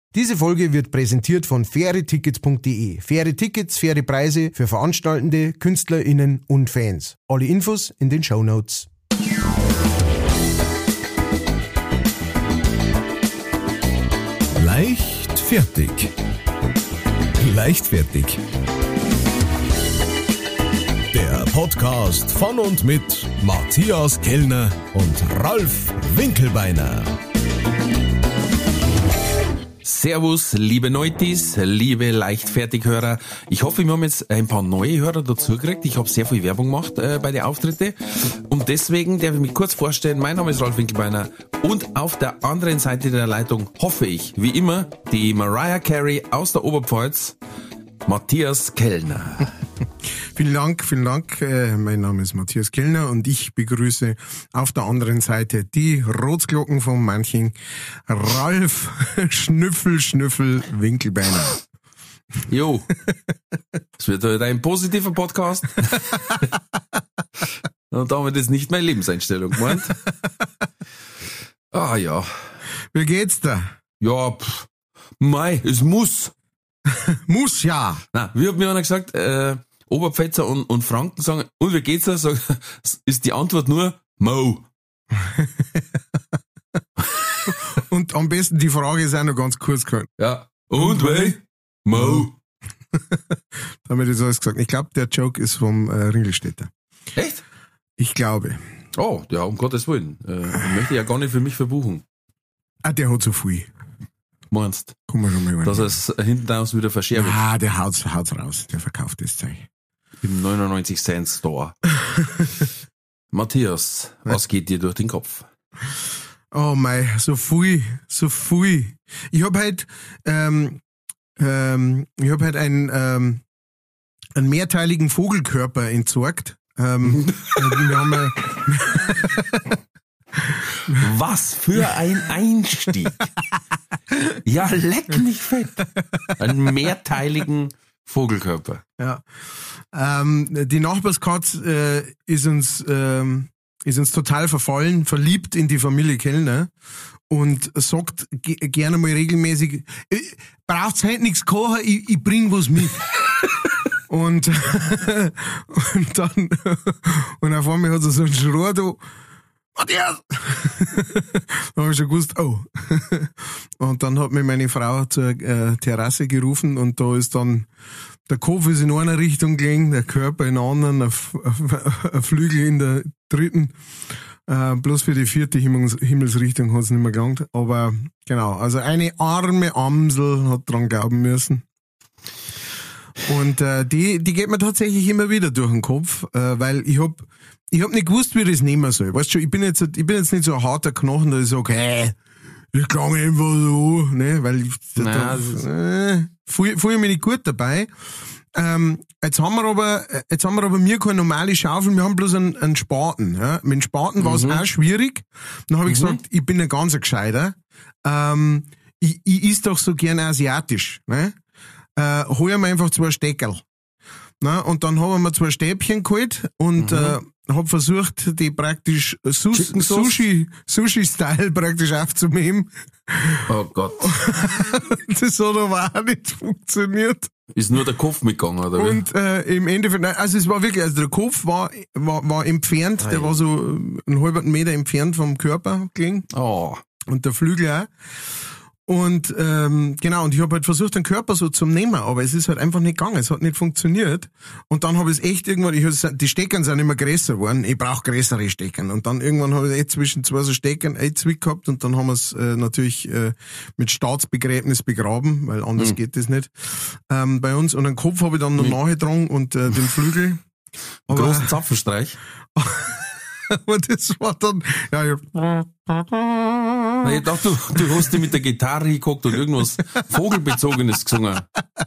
Diese Folge wird präsentiert von fairetickets.de. Faire Tickets, faire Preise für Veranstaltende, KünstlerInnen und Fans. Alle Infos in den Shownotes. Leichtfertig. Leichtfertig. Der Podcast von und mit Matthias Kellner und Ralf Winkelbeiner. Servus, liebe Neutis, liebe Leichtfertighörer. Ich hoffe, wir haben jetzt ein paar neue Hörer dazu gekriegt. Ich habe sehr viel Werbung gemacht bei den Auftritten. Und deswegen darf ich mich kurz vorstellen. Mein Name ist Ralf Winkelbeiner. Und auf der anderen Seite der Leitung hoffe ich, wie immer, die Mariah Carey aus der Oberpfalz, Matthias Kellner. Vielen Dank. Mein Name ist Matthias Kellner und ich begrüße auf der anderen Seite die Rotsglocken von manchen Ralf Schnüffel Winkelbeiner. Jo, es wird heute ein positiver Podcast. Und damit ist nicht meine Lebenseinstellung gemeint. Ah ja. Wie geht's da? Ja, es muss. Muss ja. Na, wie hat mir einer gesagt, Oberpfälzer und Franken sagen, und wie geht's da? Ist die Antwort nur Mo. Und am besten die Frage ist auch noch ganz kurz gehalten. Ja. Und weh? Mo. Damit ist alles gesagt. Ich glaube, der Joke ist vom Ringelstädter. Echt? Ich glaube. Oh, ja, um Gottes Willen. Ich möchte ja gar nicht für mich verbuchen. Ah, der hat so viel. Meinst? Komm mal schon mal rein. Dass er es hinten aus wieder verschert wird. Ah, der haut's raus. Der verkauft das Zeug. Im 99 Cent Store. Matthias, was geht dir durch den Kopf? Oh mei, so viel. Ich hab halt einen mehrteiligen Vogelkörper entsorgt. Wir haben Was für ein Einstieg. Ja, leck mich fett. Einen mehrteiligen Vogelkörper. Ja. Die Nachbarskatz ist uns total verliebt in die Familie Kellner und sagt gerne mal regelmäßig, braucht's heute nichts kochen, ich bring was mit. und auf einmal hat er so einen Schrei da, Matthias! Dann habe ich schon gewusst, oh. Und dann hat mich meine Frau zur Terrasse gerufen und da ist dann der Kopf ist in einer Richtung gelegen, der Körper in der anderen, ein Flügel in der dritten. Bloß für die vierte Himmelsrichtung hat es nicht mehr gelangt. Aber genau, also eine arme Amsel hat dran glauben müssen. Und die geht mir tatsächlich immer wieder durch den Kopf, weil ich hab nicht gewusst, wie ich das nehmen soll. Weißt du, ich bin jetzt nicht so ein harter Knochen, dass ich sage, hey, ich klang einfach so, ne, weil fühle ich mich nicht gut dabei. Jetzt haben wir aber keine normale Schaufel, wir haben bloß einen Spaten, ja. Mit dem Spaten war es auch schwierig. Dann habe ich gesagt, ich bin ein ganz Gescheiter. Ich is doch so gern asiatisch, ne. Hol mir einfach 2 Steckerl. Na, und dann haben wir 2 Stäbchen geholt und hab versucht, die praktisch Sushi-Style praktisch aufzunehmen. Oh Gott. Das hat aber auch nicht funktioniert. Ist nur der Kopf mitgegangen, oder wie? Und im Endeffekt, also es war wirklich, also der Kopf war entfernt, der war so einen halben Meter entfernt vom Körper gelegen. Oh. Und der Flügel auch. Und genau, und ich habe halt versucht, den Körper so zu nehmen, aber es ist halt einfach nicht gegangen, es hat nicht funktioniert. Und dann habe ich es echt irgendwann, die Steckern sind immer größer geworden, ich brauche größere Steckern. Und dann irgendwann habe ich zwischen 2 so Steckern Zwick gehabt und dann haben wir es natürlich mit Staatsbegräbnis begraben, weil anders geht das nicht bei uns. Und den Kopf habe ich dann noch nachgetragen und den Flügel. Aber großen Zapfenstreich. Aber das war dann, ja. Ich dachte, du hast dich mit der Gitarre geguckt und irgendwas Vogelbezogenes gesungen.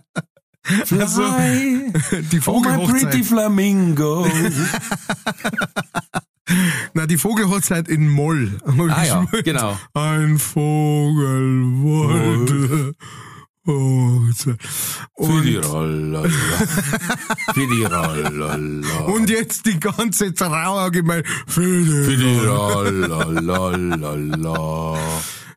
Fly, die Vogelhochzeit. Oh my pretty flamingo. Na, die Vogelhochzeit in Moll. Ah ja, genau. Ein Vogel wollte Hochzeit. Für die Rollala. Für die Rollala. Und jetzt die ganze Trauergemeinde. Für die Rollala.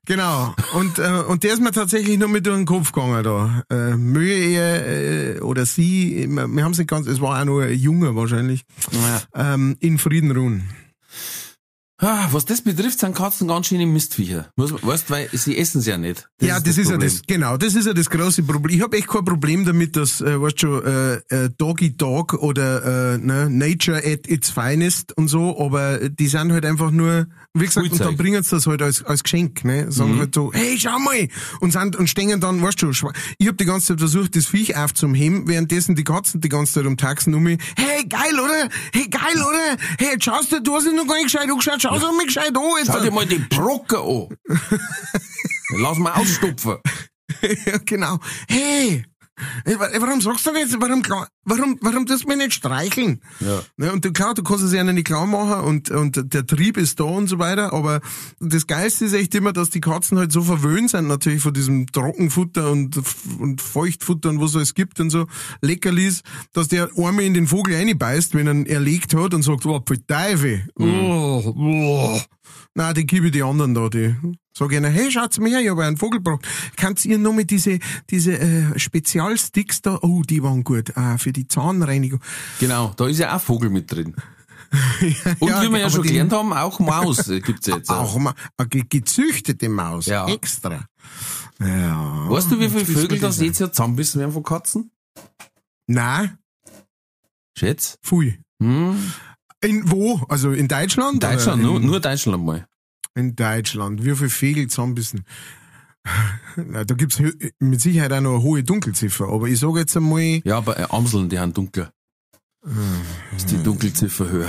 Genau. Und der ist mir tatsächlich nur mit durch den Kopf gegangen da. Möge er oder sie, wir haben es nicht ganz, es war auch noch ein Junge wahrscheinlich, in Frieden ruhen. Was das betrifft, sind Katzen ganz schöne Mistviecher. Weißt, weil sie essen es ja nicht. Das ist ja das große Problem. Ich habe echt kein Problem damit, dass, weißt schon, Doggy Dog oder Nature at its finest und so, aber die sind halt einfach nur, wie gesagt, und dann bringen sie das halt als Geschenk, ne? Sagen halt so, hey, schau mal! Und stehen dann, weißt du, ich habe die ganze Zeit versucht, das Viech aufzuheben, währenddessen die Katzen die ganze Zeit umtaxen um mich. Hey, geil, oder? Hey, jetzt schaust du hast dich noch gar nicht gescheit angeschaut, schau doch mal gescheit an, jetzt. Schau dir mal die Brocke an. Lass mal ausstopfen. Ja, genau. Hey! Warum sagst du das jetzt? Warum tust du mich nicht streicheln? Ja. Und klar, du kannst es ja nicht klar machen und der Trieb ist da und so weiter, aber das Geilste ist echt immer, dass die Katzen halt so verwöhnt sind natürlich von diesem Trockenfutter und Feuchtfutter und was es gibt und so Leckerlis, dass der einmal in den Vogel reinbeißt, wenn er ihn erlegt hat und sagt, oh, für Teufel. Nein, die gebe ich die anderen da, die. Sag ich ihnen, hey, schaut's mir her, ich habe einen Vogel gebracht. Kannst ihr noch mit diese Spezialsticks da, oh, die waren gut, für die Zahnreinigung. Genau, da ist ja auch Vogel mit drin. Und wie wir ja schon gelernt haben, auch Maus gibt's jetzt. Auch eine gezüchtete Maus, ja. Extra. Ja. Weißt du, wie viele Vögel das jetzt ja zusammenbissen werden von Katzen? Nein. Schätz? Pfui. In wo? Also in Deutschland? In Deutschland, nur Deutschland mal. In Deutschland. Wie viele Vögel zusammenbissen? Da gibt's mit Sicherheit auch noch eine hohe Dunkelziffer, aber ich sage jetzt einmal... Ja, aber Amseln, die haben dunkler. Ist die Dunkelziffer höher.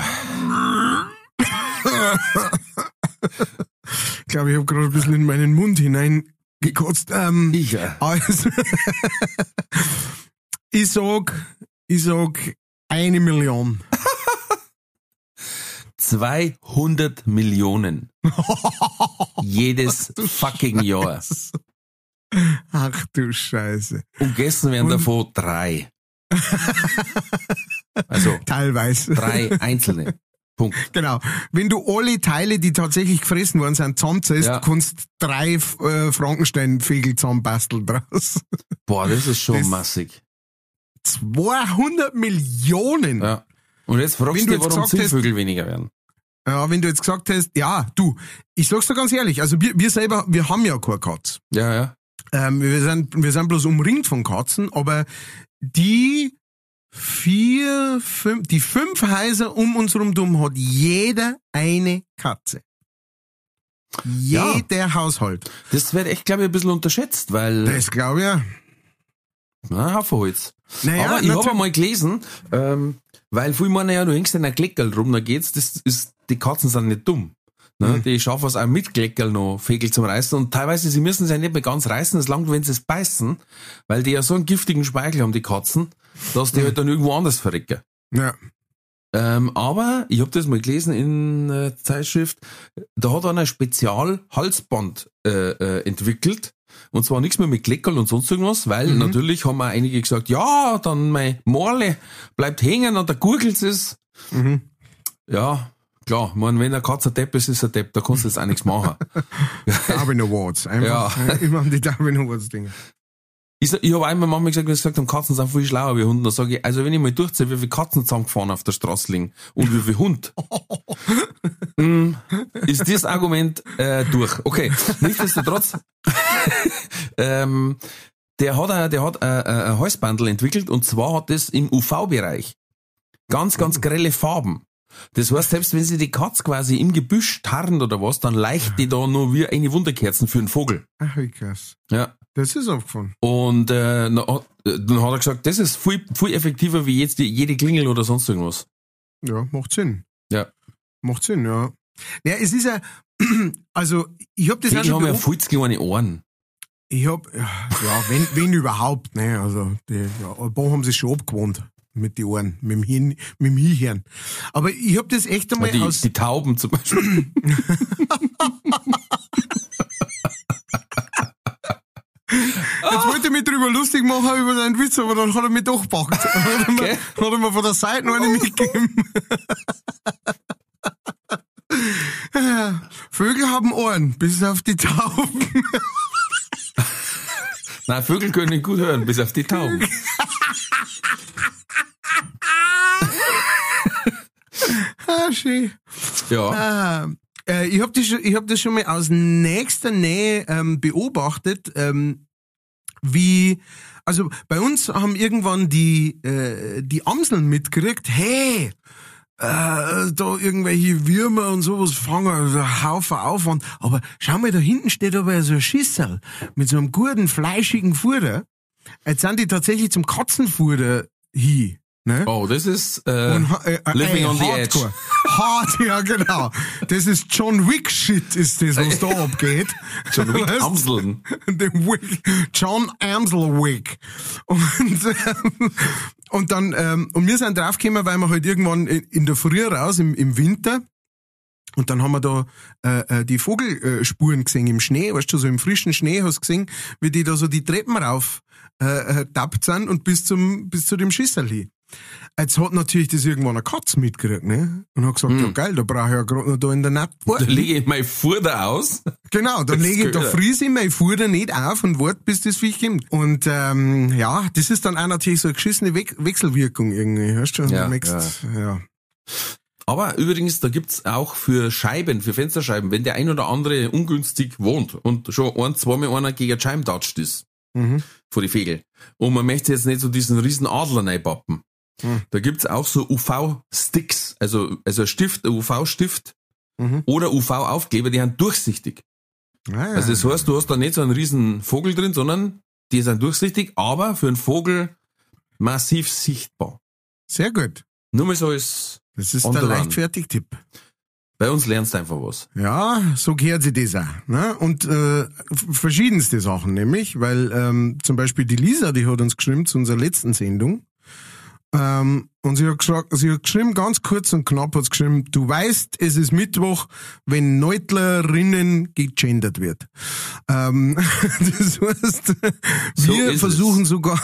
Ich glaube, ich habe gerade ein bisschen in meinen Mund hineingekotzt. Ich ja. Also, ich sag 1 Million. 200 Millionen. Jedes fucking Jahr. Ach du Scheiße. Und gegessen werden davon 3. Also teilweise 3 einzelne. Punkt. Genau. Wenn du alle Teile, die tatsächlich gefressen worden sind, zusammenzählst, kannst 3 Frankenstein-Vögel zusammenbasteln draus. Boah, das ist schon massig. 200 Millionen! Ja. Und jetzt fragst du, warum 10 Vögel weniger werden. Ja, wenn du jetzt gesagt hast, ja, du, ich sag's dir ganz ehrlich, also wir selber, wir haben ja keine Katz. Ja. Wir sind bloß umringt von Katzen, aber die 5 Häuser um uns herum hat jeder eine Katze. Jeder Haushalt. Das wird echt, glaube ich, ein bisschen unterschätzt, weil... Das glaube ich ja. Na, Haferholz. Naja, aber ich habe einmal gelesen, weil viele meinen ja, du hängst in einer Kleckerl rum, da geht's, die Katzen sind nicht dumm. Ne? Die schaffen es auch mit Kleckerl noch, Vögel zum Reißen und teilweise, sie müssen es ja nicht mehr ganz reißen, es langt, wenn sie es beißen, weil die ja so einen giftigen Speichel haben, die Katzen, dass die halt dann irgendwo anders verrecken. Ja. Aber ich habe das mal gelesen in einer Zeitschrift, da hat einer ein Spezialhalsband entwickelt. Und zwar nichts mehr mit Kleckerl und sonst irgendwas, weil natürlich haben auch einige gesagt, ja, dann mein Morle bleibt hängen und der gurgelt es. Ja, klar, wenn eine Katze ein Depp ist, ist er Depp, da kannst du jetzt auch nichts machen. Darwin Awards, einfach immer die Darwin Awards Dinge. Ich habe einmal Mama gesagt, wenn sie gesagt haben, Katzen sind viel schlauer wie Hunde, dann sage ich, also wenn ich mal durchziehe, wie viele Katzen zusammengefahren auf der Straße liegen und wie viel Hund, ist das Argument durch. Okay, nichtsdestotrotz, der hat ein Halsbandel entwickelt und zwar hat das im UV-Bereich ganz grelle Farben. Das heißt, selbst wenn sie die Katze quasi im Gebüsch tarnt oder was, dann leicht die da nur wie eine Wunderkerzen für einen Vogel. Ach, wie krass. Ja. Das ist aufgefallen. Und dann hat er gesagt, das ist viel effektiver wie jetzt jede Klingel oder sonst irgendwas. Ja, macht Sinn. Ja. Macht Sinn, ja. Ja, es ist ja, also ich habe das Vögel auch schon haben ja viel zu kleine Ohren. Ich hab, ja, wenn überhaupt, ne, also ein paar haben sich schon abgewohnt mit den Ohren, mit dem Hirn. Aber ich hab das echt einmal die Tauben zum Beispiel. Jetzt wollte ich mich drüber lustig machen über deinen Witz, aber dann hat er mich doch gepackt. Hat er mir von der Seite noch eine mitgegeben. Vögel haben Ohren, bis auf die Tauben. Nein, Vögel können gut hören, bis auf die Tauben. Schön. Ja. Ich hab das schon mal aus nächster Nähe beobachtet, wie, also bei uns haben irgendwann die Amseln mitgekriegt, hey, da irgendwelche Würmer und sowas fangen, also ein Haufen Aufwand. Aber schau mal, da hinten steht aber so ein Schüssel mit so einem guten, fleischigen Futter. Jetzt sind die tatsächlich zum Katzenfutter hin. Ne? Oh, das ist Living on the Edge. Hart, ja genau. Das ist John Wick Shit, ist das, was da abgeht. John Wick Amseln. John Amselwick. Und dann, und wir sind draufgekommen, weil wir halt irgendwann in der Früh raus, im Winter, und dann haben wir da die Vogelspuren gesehen im Schnee, weißt du, so im frischen Schnee hast du gesehen, wie die da so die Treppen rauf tappt sind und bis zu dem Schüssel hin. Jetzt hat natürlich das irgendwann eine Katze mitgekriegt, ne? Und hat gesagt, ja geil, da brauche ich ja gerade noch da in der Nacht warten. Da lege ich mein Futter aus. Genau, dann lege ich, da friese ich mein Futter nicht auf und warte, bis das Viech kommt. Und ja, das ist dann auch natürlich so eine geschissene Wechselwirkung irgendwie, weißt du? Ja, ja. Aber übrigens, da gibt's auch für Scheiben, für Fensterscheiben, wenn der ein oder andere ungünstig wohnt und schon zweimal einer gegen die Scheiben tatscht ist, vor die Vögel. Und man möchte jetzt nicht so diesen riesen Adler reinpappen. Da gibt's auch so UV-Sticks, also ein Stift, ein UV-Stift oder UV-Aufkleber, die sind durchsichtig. Also das heißt, du hast da nicht so einen riesen Vogel drin, sondern die sind durchsichtig, aber für einen Vogel massiv sichtbar. Sehr gut. Nur mal so als Das ist der Leichtfertig-Tipp. Bei uns lernst du einfach was. Ja, so gehört sich das auch. Ne? Und verschiedenste Sachen nämlich, weil zum Beispiel die Lisa, die hat uns geschrieben zu unserer letzten Sendung, und sie hat geschrieben, ganz kurz und knapp hat sie geschrieben, du weißt, es ist Mittwoch, wenn Neutlerinnen gegendert wird. Das heißt, wir versuchen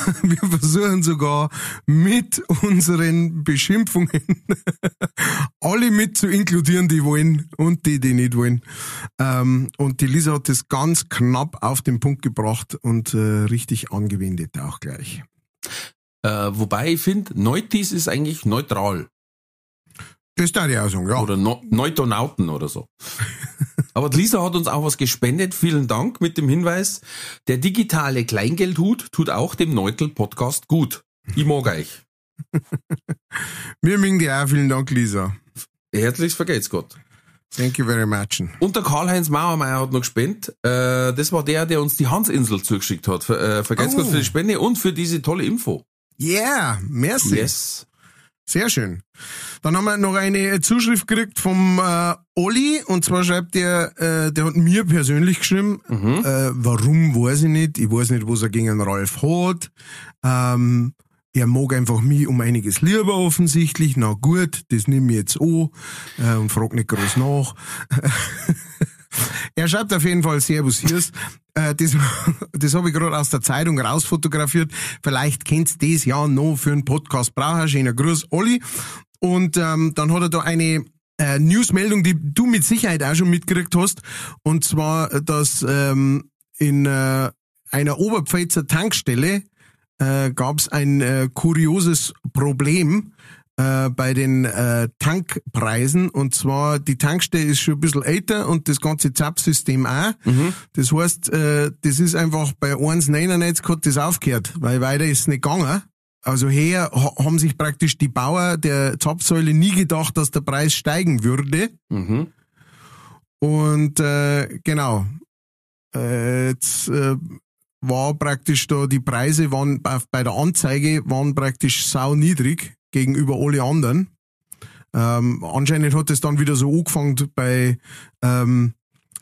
sogar mit unseren Beschimpfungen alle mit zu inkludieren, die wollen und die nicht wollen. Und die Lisa hat das ganz knapp auf den Punkt gebracht und richtig angewendet auch gleich. Wobei ich finde, Neutis ist eigentlich neutral. Das darf ich auch sagen, ja. Oder Neutonauten oder so. Aber die Lisa hat uns auch was gespendet. Vielen Dank mit dem Hinweis, der digitale Kleingeldhut tut auch dem Neutel-Podcast gut. Ich mag euch. Wir mögen dir auch. Vielen Dank, Lisa. Herzlichst vergelt's Gott. Thank you very much. Und der Karl-Heinz Mauermeier hat noch gespendet. Das war der uns die Hansinsel zugeschickt hat. Vergelt's Gott für die Spende und für diese tolle Info. Yeah, merci. Yes. Sehr schön. Dann haben wir noch eine Zuschrift gekriegt vom Olli, und zwar schreibt der hat mir persönlich geschrieben, warum weiß ich nicht, was er gegen den Ralf hat. Er mag einfach mich um einiges lieber offensichtlich. Na gut, das nehme ich jetzt an und frag nicht groß nach. Er schreibt auf jeden Fall Servus Hirs. Das habe ich gerade aus der Zeitung rausfotografiert. Vielleicht kennst du das ja noch für einen Podcast. Braucher, schöner Gruß, Olli. Und dann hat er da eine Newsmeldung, die du mit Sicherheit auch schon mitgekriegt hast. Und zwar, dass in einer Oberpfälzer Tankstelle gab es ein kurioses Problem bei den Tankpreisen, und zwar die Tankstelle ist schon ein bisschen älter und das ganze ZAP-System auch. Das heißt, das ist einfach bei 1,99 hat das aufgehört, weil weiter ist es nicht gegangen. Also her haben sich praktisch die Bauer der Zapfsäule nie gedacht, dass der Preis steigen würde. Und genau, jetzt war praktisch da, die Preise waren bei der Anzeige waren praktisch sau niedrig gegenüber alle anderen. Anscheinend hat es dann wieder so angefangen bei wenn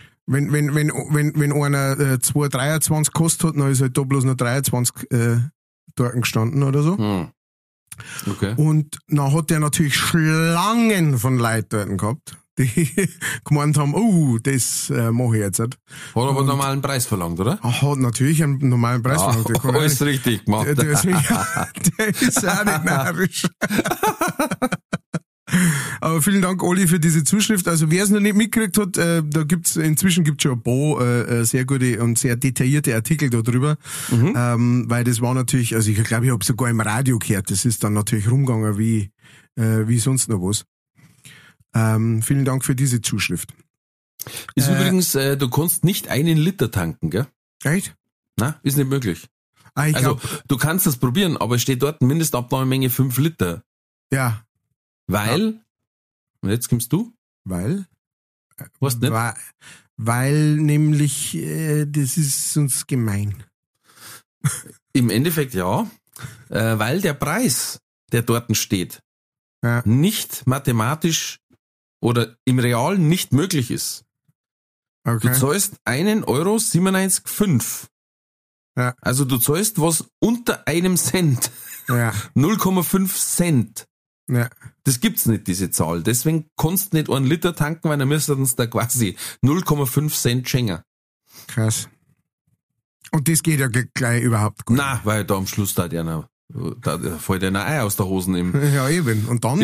einer 2,23 kostet hat, dann ist halt da bloß noch 23 dort gestanden oder so. Okay. Und dann hat der natürlich Schlangen von Leuten dort gehabt, die gemeint haben, das mache ich jetzt nicht. Hat aber einen normalen Preis verlangt, oder? Hat natürlich einen normalen Preis verlangt. Alles richtig gemacht. Der ist auch nicht narrisch. Aber vielen Dank, Olli, für diese Zuschrift. Also wer es noch nicht mitgekriegt hat, inzwischen gibt's schon ein paar sehr gute und sehr detaillierte Artikel darüber. Weil das war natürlich, also ich glaube, ich habe sogar im Radio gehört, das ist dann natürlich rumgegangen wie sonst noch was. Vielen Dank für diese Zuschrift. Ist übrigens, du kannst nicht 1 Liter tanken, gell? Echt? Na, ist nicht möglich. Also, du kannst das probieren, aber es steht dort Mindestabnahmemenge 5 Liter. Ja. Weil, und jetzt kommst du? Weil? Weißt nicht? Weil nämlich, das ist uns gemein. Im Endeffekt ja, weil der Preis, der dort steht, ja, nicht mathematisch oder im Realen nicht möglich ist. Okay. Du zahlst 1,97,5 €. Ja. Also du zahlst was unter 1 Cent. Ja. 0,5 Cent. Ja. Das gibt's nicht, diese Zahl. Deswegen kannst du nicht 1 Liter tanken, weil dann müssten uns da quasi 0,5 Cent schenken. Krass. Und das geht ja gleich überhaupt gut. Na, weil da am Schluss da fällt einer Ei aus der Hosen ja, eben. Und dann?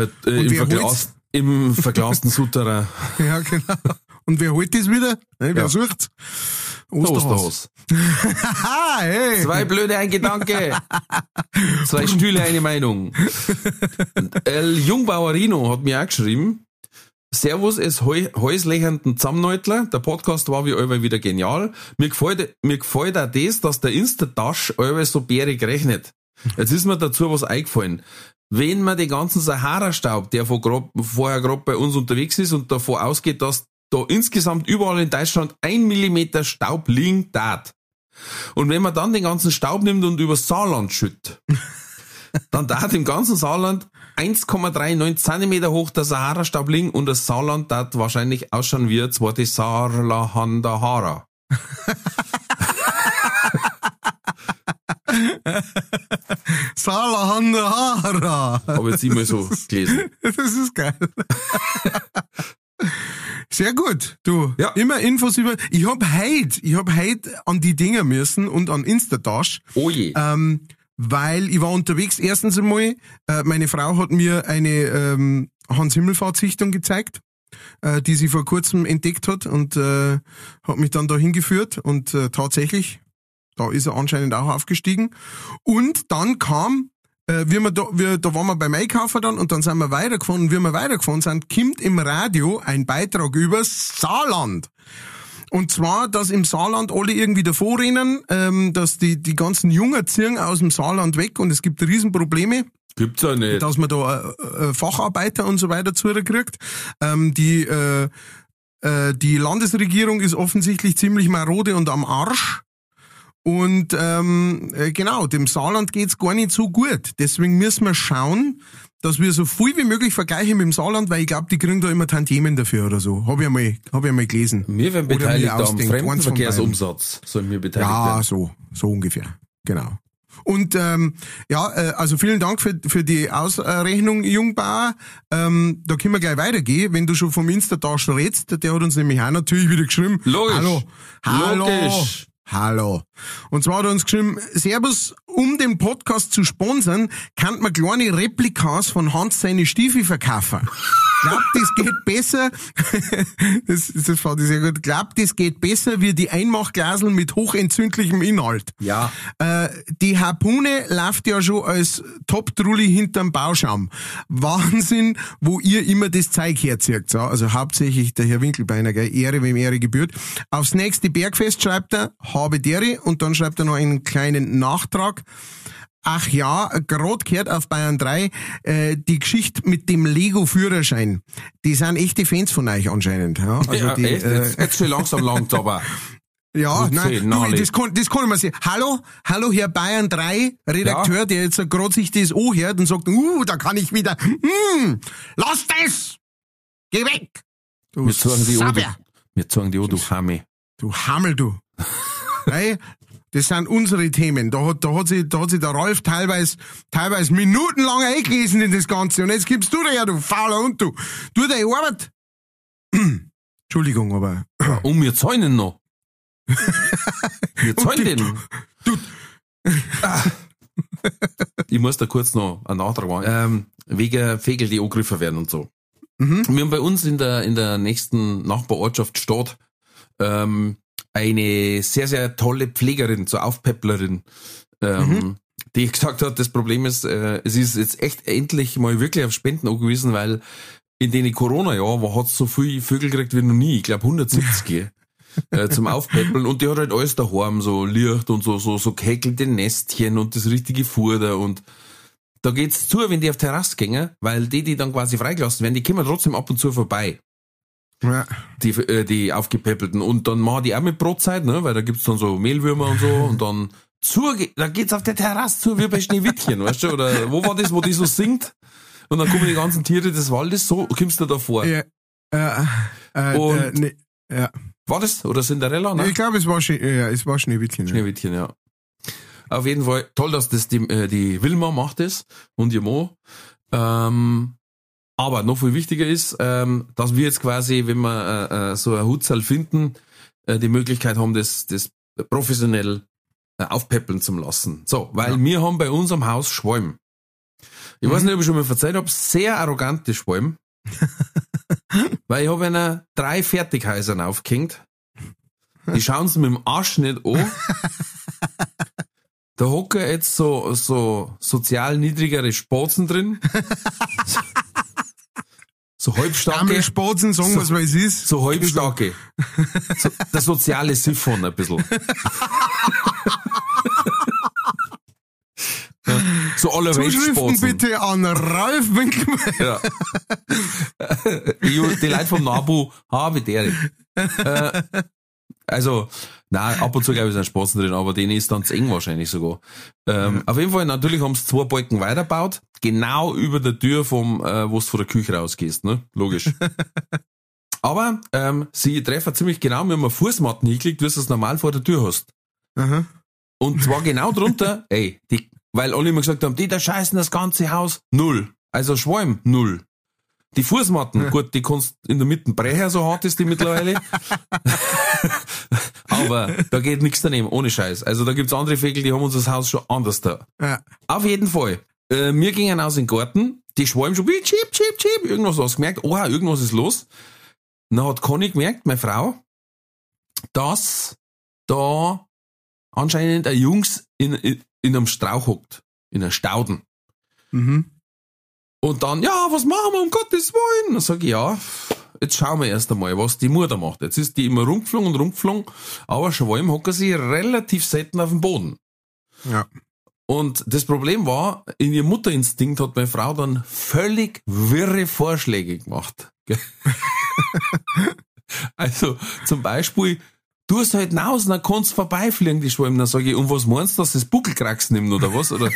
Im verglasten Sutterer. Ja, genau. Und wer holt das wieder? Wer sucht's? Osterhaus. Hey. 2 blöde, ein Gedanke. 2 Stühle, eine Meinung. El Jungbauerino hat mir auch geschrieben: Servus, es häuslächernden Zusammenneutler. Der Podcast war wie immer wieder genial. Mir gefällt auch das, dass der Instadash immer so bärig rechnet. Jetzt ist mir dazu was eingefallen. Wenn man den ganzen Sahara-Staub, der vorher gerade bei uns unterwegs ist und davon ausgeht, dass da insgesamt überall in Deutschland 1 Millimeter Staub liegen darf. Und wenn man dann den ganzen Staub nimmt und übers Saarland schüttet, dann darf im ganzen Saarland 1,39 Zentimeter hoch der Sahara-Staub liegen und das Saarland darf wahrscheinlich ausschauen wie zwar die Saarlandahara. Saarlandahara. Aber jetzt immer so gelesen. Das ist geil. Sehr gut, du. Ja. Immer Infos über. Ich hab heute an die Dinger müssen und an Instadash. Oh je. Weil ich war unterwegs. Erstens einmal, meine Frau hat mir eine Hans-Himmelfahrt-Sichtung gezeigt, die sie vor kurzem entdeckt hat und hat mich dann da hingeführt und tatsächlich, da ist er anscheinend auch aufgestiegen. Und dann kam, da waren wir beim Einkaufen dann und dann sind wir weitergefahren und wie wir weitergefahren sind, kommt im Radio ein Beitrag über Saarland. Und zwar, dass im Saarland alle irgendwie davor rennen, dass die ganzen Jungen ziehen aus dem Saarland weg und es gibt Riesenprobleme. Gibt's ja nicht. Dass man da Facharbeiter und so weiter zukriegt. Die Landesregierung ist offensichtlich ziemlich marode und am Arsch. Und genau, dem Saarland geht's gar nicht so gut. Deswegen müssen wir schauen, dass wir so viel wie möglich vergleichen mit dem Saarland, weil ich glaube, die kriegen da immer Tantiemen dafür oder so. Hab ich einmal gelesen. Wir werden beteiligt am Fremdenverkehrsumsatz. Sollen wir beteiligt werden? Ja, so ungefähr. Genau. Und also vielen Dank für die Ausrechnung, Jungbauer. Da können wir gleich weitergehen. Wenn du schon vom Instadash redst, der hat uns nämlich auch natürlich wieder geschrieben. Logisch. Hallo. Logisch. Hallo. Und zwar hat er uns geschrieben: Servus, um den Podcast zu sponsern, kann man kleine Replikas von Hans seine Stiefel verkaufen. Glaubt, das geht besser. das fand ich sehr gut. Glaubt, das geht besser wie die Einmachglasel mit hochentzündlichem Inhalt. Ja. Die Harpune läuft ja schon als Top-Trulli hinterm Bauschaum. Wahnsinn, wo ihr immer das Zeug herzieht. So, also hauptsächlich der Herr Winkelbeiner, gell? Ehre, wem Ehre gebührt. Aufs nächste Bergfest schreibt er: Habe dere, und dann schreibt er noch einen kleinen Nachtrag. Ach ja, gerade gehört auf Bayern 3 die Geschichte mit dem Lego-Führerschein. Die sind echte Fans von euch anscheinend. Ja, also ja, die, echt? Jetzt schon langsam langt, aber... Ja, nein, das kann ich mal sehen. Hallo, Herr Bayern 3 Redakteur, ja, der jetzt gerade sich das anhört und sagt, da kann ich wieder, lass das! Geh weg! Du wir zeigen die du Hammel. Du Hammel, du. Hey, das sind unsere Themen. Da hat sich der Ralf teilweise minutenlang eingelesen in das Ganze. Und jetzt gibst du daher, du fauler Hund, du. Tu deine Arbeit. Entschuldigung, aber... Und wir zäunen noch. Wir zäunen den. Ich muss da kurz noch einen Nachtrag machen. Wegen Vögel, die angegriffen werden und so. Wir haben bei uns in der nächsten Nachbarortschaft Stadt eine sehr, sehr tolle Pflegerin, so Aufpäpplerin, die gesagt hat, das Problem ist, es ist jetzt echt endlich mal wirklich auf Spenden angewiesen, weil in den Corona-Jahren hat es so viel Vögel gekriegt wie noch nie. Ich glaube 170 zum Aufpäppeln. Und die hat halt alles daheim, so Licht und so gehäkelte Nestchen und das richtige Futter. Und da geht's zu, wenn die auf Terrasse gehen, weil die dann quasi freigelassen werden, die kommen trotzdem ab und zu vorbei. Ja. Die aufgepäppelten. Und dann machen die auch mit Brotzeit, ne, weil da gibt's dann so Mehlwürmer und so. Und dann da geht's auf der Terrasse zu, wie bei Schneewittchen, weißt du? Oder wo war das, wo die so singt? Und dann kommen die ganzen Tiere des Waldes, so kommst du da vor. Ja. Und ja. War das? Oder Cinderella? Ne? Ich glaube, es war Schneewittchen. Schneewittchen, ja. Auf jeden Fall toll, dass das die Wilma macht das und ihr Mo. Aber noch viel wichtiger ist, dass wir jetzt quasi, wenn wir so ein Hutzal finden, die Möglichkeit haben, das professionell aufpäppeln zu lassen. So, weil wir haben bei uns am Haus Schwalben. Ich weiß nicht, ob ich schon mal erzählt habe, sehr arrogante Schwalben. Weil ich habe ihnen 3 Fertighäusern aufgehängt. Die schauen sie mit dem Arsch nicht an. Da hocken jetzt so sozial niedrigere Spatzen drin. So halbstarke. Spatzen, sagen wir es, was es ist. So halbstarke. Der soziale Siphon ein bisschen. So alle Zuschriften bitte an Ralf Winkelmeier. Ja. Die Leute vom Nabu haben deren. Also, nein, ab und zu glaube ich sind Spatzen drin, aber denen ist dann zu eng wahrscheinlich sogar. Auf jeden Fall, natürlich haben sie 2 Balken weitergebaut, genau über der Tür wo du von der Küche rausgehst, ne? Logisch. Aber sie treffen ziemlich genau, wenn man Fußmatten hingelegt, wie du es normal vor der Tür hast. Aha. Und zwar genau drunter, weil alle immer gesagt haben, die da scheißen das ganze Haus, 0. Also Schwalm, 0. Die Fußmatten, gut, die kannst in der Mitte brechen, so hart ist die mittlerweile. Aber da geht nichts daneben, ohne Scheiß. Also da gibt's andere Vögel, die haben uns das Haus schon anders da. Ja. Auf jeden Fall. Wir gingen aus in den Garten, die Schwalben schon wie chip, chip, chip, irgendwas was gemerkt, irgendwas ist los. Dann hat Conny gemerkt, meine Frau, dass da anscheinend ein Jungs in einem Strauch hockt, in einer Stauden. Mhm. Und dann, ja, was machen wir, um Gottes Willen? Dann sag ich, ja, jetzt schauen wir erst einmal, was die Mutter macht. Jetzt ist die immer rumgeflogen, aber Schwalben hocken sie relativ selten auf dem Boden. Ja. Und das Problem war, in ihrem Mutterinstinkt hat meine Frau dann völlig wirre Vorschläge gemacht. Also, zum Beispiel, du hast halt hinaus, dann kannst du vorbeifliegen, die Schwalben. Dann sage ich, und was meinst du, dass das Buckelkrax nimmt, oder was? Oder?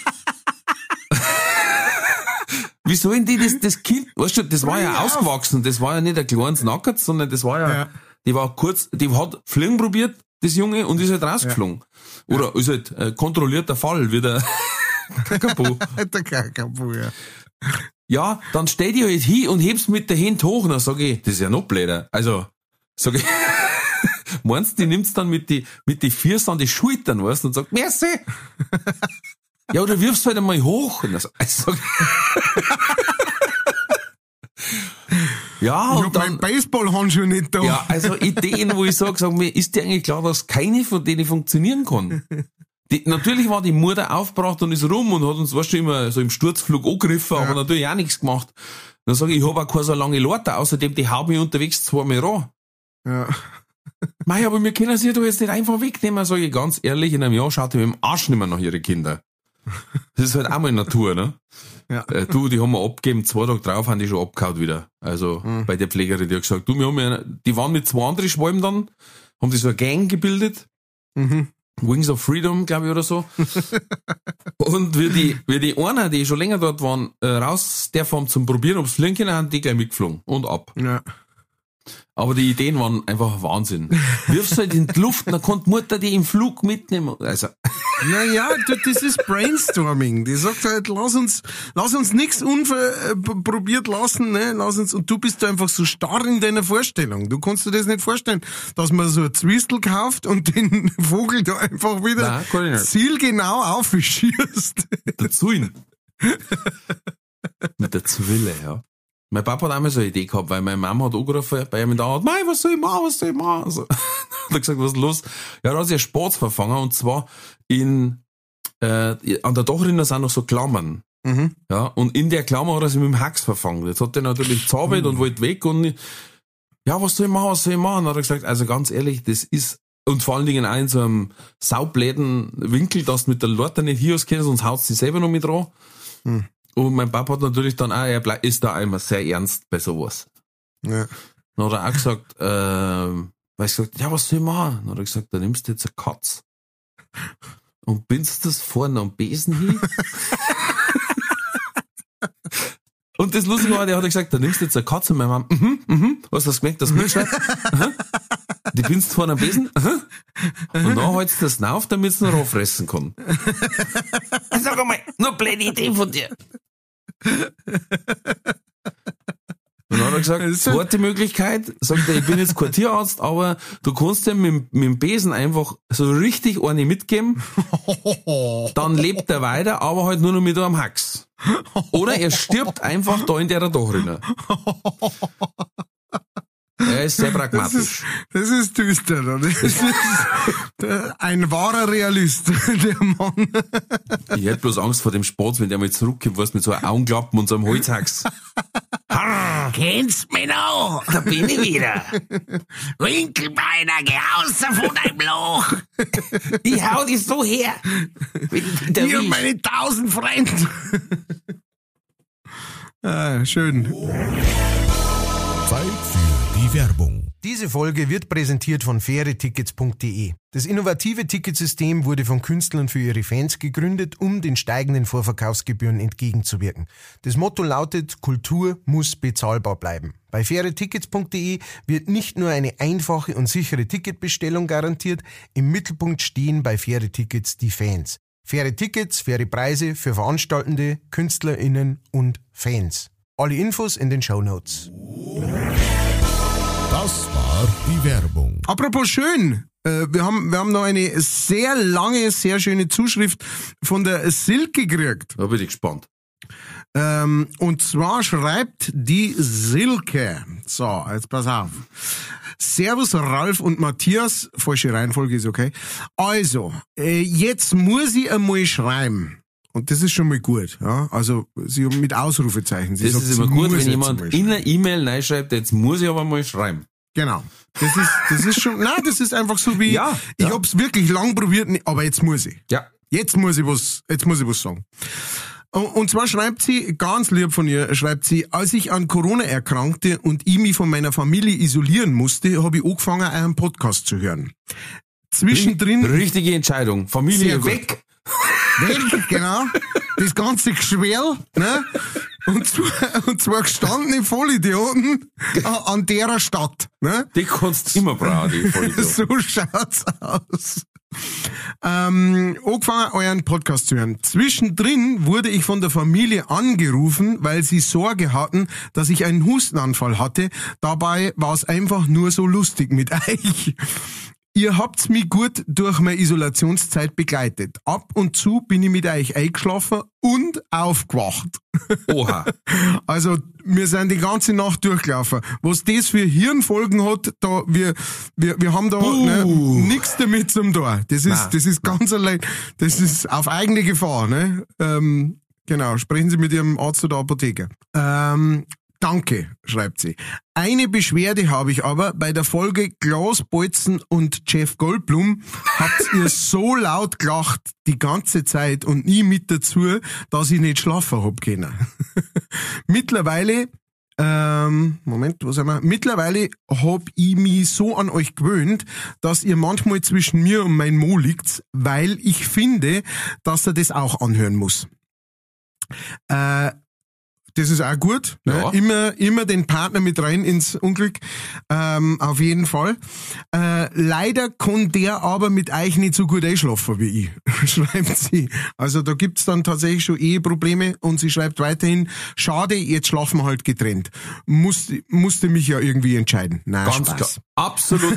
Wie sollen die das Kind, weißt du, das war ja ausgewachsen, das war ja nicht ein kleines Nackert, sondern das war ja, die war kurz, die hat fliegen probiert, das Junge, und ist halt rausgeflogen. Ja. Oder ist halt kontrollierter Fall, wie der Kakapo. Der Kakapo, ja. Ja, dann steh die halt hin und hebst mit der Hand hoch, und dann sag ich, das ist ja noch blöder. Also, sag ich, meinst du, die nimmt's dann mit die Füßen an die Schultern, weißt du, und sagt, merci. Ja, oder wirfst halt einmal hoch. Und dann sag ich, ja, ich und hab dann, mein Baseballhandschuh nicht da. ja, also Ideen, wo ich sag mir, ist dir eigentlich klar, dass keine von denen funktionieren kann? Natürlich war die Mutter aufgebracht und ist rum und hat uns, weißt du, immer so im Sturzflug angegriffen, aber natürlich auch nichts gemacht. Dann sage ich hab auch keine so lange Leute, außerdem, die hauen mich unterwegs 2 Mal ran. Ja. Mei, aber wir können sie doch jetzt nicht einfach wegnehmen, sage ich ganz ehrlich, in einem Jahr schaut die mit dem Arsch nicht mehr nach ihre Kinder. Das ist halt auch mal Natur, ne? Ja. Die haben wir abgegeben, 2 Tage drauf haben die schon abgehauen wieder. Also, bei der Pflegerin, die hat gesagt, die waren mit 2 anderen Schwalben dann, haben die so eine Gang gebildet. Mhm. Wings of Freedom, glaube ich, oder so. Und wie die einer, die schon länger dort waren, raus der Form zum Probieren, ob's fliegen können, haben die gleich mitgeflogen und ab. Ja. Aber die Ideen waren einfach Wahnsinn. Wirfst halt in die Luft, dann kann die Mutter die im Flug mitnehmen. Also. Naja, das ist Brainstorming. Die sagt halt, lass uns nichts unprobiert lassen, ne? Lass uns, und du bist da einfach so starr in deiner Vorstellung. Du kannst dir das nicht vorstellen, dass man so ein Zwistel kauft und den Vogel da einfach wieder zielgenau aufschießt. Der Zuin. Mit der Zwille, ja. Mein Papa hat einmal so eine Idee gehabt, weil meine Mama hat angerufen bei ihm da, mei, was soll ich machen? Also, hat er gesagt, was ist los? Ja, da hat sich ein Spatz verfangen, und zwar an der Dachrinne sind noch so Klammern. Mhm. Ja, und in der Klammer hat er sich mit dem Hax verfangen. Jetzt hat er natürlich zaubert und wollte weg, und ja, was soll ich machen? Dann hat er gesagt, also ganz ehrlich, das ist, und vor allen Dingen auch in so einem saubläden Winkel, dass du mit der Leiter nicht hier auskennst, sonst haut sie selber noch mit dran. Mhm. Und mein Papa hat natürlich dann auch, ist da immer sehr ernst bei sowas. Ja. Dann hat er auch gesagt, weil ich gesagt, ja, was soll ich machen? Dann hat er gesagt, da nimmst du jetzt eine Katz und bindest das vorne am Besen hin. Und das Lustige war, der hat gesagt, da nimmst du jetzt eine Katze, und meine Mama, was hast du gemerkt, das mitschreibt? Die bindest vorne am Besen, und dann hältst du das auf, damit es noch auffressen kann. Sag einmal, nur blöde Idee von dir. Und dann hat er gesagt, zweite Möglichkeit, sagt er, ich bin jetzt kein Tierarzt, aber du kannst ihm mit dem Besen einfach so richtig eine mitgeben, dann lebt er weiter, aber halt nur noch mit einem Hax. Oder er stirbt einfach da in der Dachrinne. Er ist sehr pragmatisch. Das ist düster, oder? Das ist ein wahrer Realist, der Mann. Ich hätte bloß Angst vor dem Spatz, wenn der mal zurückkommt, was mit so einem Augenklappen und so einem Holzhax. Kennst mich noch? Da bin ich wieder. Winkelbeiner, geh raus von deinem Loch. Ich hau dich so her. Hier und meine 1000 Freunde. Schön. Zeit für die Werbung. Diese Folge wird präsentiert von fairetickets.de. Das innovative Ticketsystem wurde von Künstlern für ihre Fans gegründet, um den steigenden Vorverkaufsgebühren entgegenzuwirken. Das Motto lautet, Kultur muss bezahlbar bleiben. Bei fairetickets.de wird nicht nur eine einfache und sichere Ticketbestellung garantiert, im Mittelpunkt stehen bei Faire Tickets die Fans. Faire Tickets, faire Preise für Veranstaltende, KünstlerInnen und Fans. Alle Infos in den Shownotes. Das war die Werbung. Apropos schön, wir haben noch eine sehr lange, sehr schöne Zuschrift von der Silke gekriegt. Da bin ich gespannt. Und zwar schreibt die Silke, so, jetzt pass auf. Servus Ralf und Matthias, falsche Reihenfolge ist okay. Also, jetzt muss ich einmal schreiben. Und das ist schon mal gut, ja. Also, sie mit Ausrufezeichen. Sie Das sagt, ist immer sie gut, muss wenn jetzt jemand mal in schreiben. eine E-Mail reinschreibt, jetzt muss ich aber mal schreiben. Genau. Das ist schon, nein, das ist einfach so wie, Ja, ich ja. hab's wirklich lang probiert, aber jetzt muss ich. Ja. Jetzt muss ich was sagen. Und zwar schreibt sie, ganz lieb von ihr, schreibt sie, als ich an Corona erkrankte und ich mich von meiner Familie isolieren musste, habe ich angefangen, einen Podcast zu hören. Zwischendrin... Richtige Entscheidung. Familie Sehr gut. weg. Weg, genau. Das ganze Geschwärl, ne? Und zwar gestandene Vollidioten an derer Stadt, ne? Die kannst du immer brauchen, die Vollidiot. So schaut's aus. Angefangen, euren Podcast zu hören. Zwischendrin wurde ich von der Familie angerufen, weil sie Sorge hatten, dass ich einen Hustenanfall hatte. Dabei war es einfach nur so lustig mit euch. Ihr habt's mich gut durch meine Isolationszeit begleitet. Ab und zu bin ich mit euch eingeschlafen und aufgewacht. Oha. Also, wir sind die ganze Nacht durchgelaufen. Was das für Hirnfolgen hat, da, wir haben da, nix damit zum tun. Das ist ganz allein, das ist auf eigene Gefahr, ne? Genau. Sprechen Sie mit Ihrem Arzt oder Apotheker. Danke, schreibt sie. Eine Beschwerde habe ich aber. Bei der Folge Klaus Bolzen und Jeff Goldblum habt ihr so laut gelacht die ganze Zeit und nie mit dazu, dass ich nicht schlafen hab können. Mittlerweile Mittlerweile hab ich mich so an euch gewöhnt, dass ihr manchmal zwischen mir und mein Mo liegt, weil ich finde, dass er das auch anhören muss. Das ist auch gut. Ja. Ne? Immer den Partner mit rein ins Unglück. Auf jeden Fall. Leider kann der aber mit euch nicht so gut einschlafen wie ich, schreibt sie. Also da gibt's dann tatsächlich schon Eheprobleme und sie schreibt weiterhin, schade, jetzt schlafen wir halt getrennt. Musste mich ja irgendwie entscheiden. Nein, Ganz Spaß. klar. Absolut.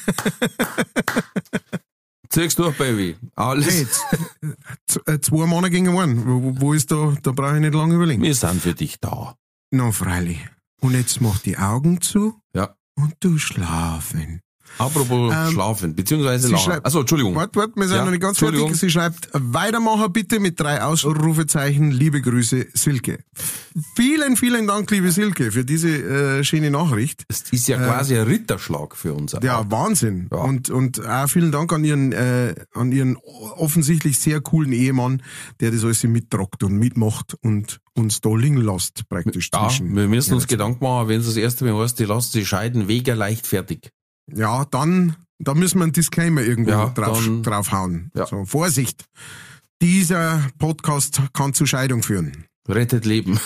Zieh's durch, Baby. Alles. Hey, 2 Männer gegen einen. Wo ist da brauche ich nicht lange überlegen. Wir sind für dich da. Na, freilich. Und jetzt mach die Augen zu Ja. und du schlafen. Apropos schlafen, beziehungsweise sie lachen. schreibt- Achso, Entschuldigung. Warte, wir sind Ja, noch nicht ganz Entschuldigung. fertig. Sie schreibt, weitermachen bitte mit 3 Ausrufezeichen. Liebe Grüße, Silke. Vielen, vielen Dank, liebe Silke, für diese schöne Nachricht. Das ist ja quasi ein Ritterschlag für uns. Ja, Wahnsinn. Ja. Und auch vielen Dank an ihren offensichtlich sehr coolen Ehemann, der das alles mittragt und mitmacht und uns da liegen lässt, praktisch Ja, zwischen. wir müssen uns Gedanken machen, wenn es das erste Mal heißt, die lassen sich scheiden, wegen leichtfertig. Ja, dann, da müssen wir einen Disclaimer irgendwo Ja, dann- draufhauen. Ja. So, Vorsicht. Dieser Podcast kann zu Scheidung führen. Rettet Leben.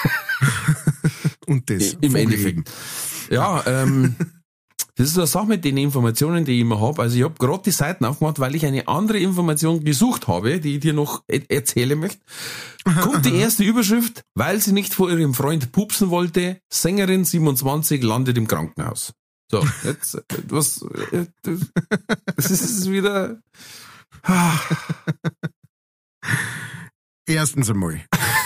Und das. Im vom Endeffekt. Leben. Ja, das ist so eine Sache mit den Informationen, die ich immer habe. Also ich habe gerade die Seiten aufgemacht, weil ich eine andere Information gesucht habe, die ich dir noch erzählen möchte. Kommt die erste Überschrift, weil sie nicht vor ihrem Freund pupsen wollte, Sängerin 27 landet im Krankenhaus. So, jetzt, das ist wieder... Erstens einmal.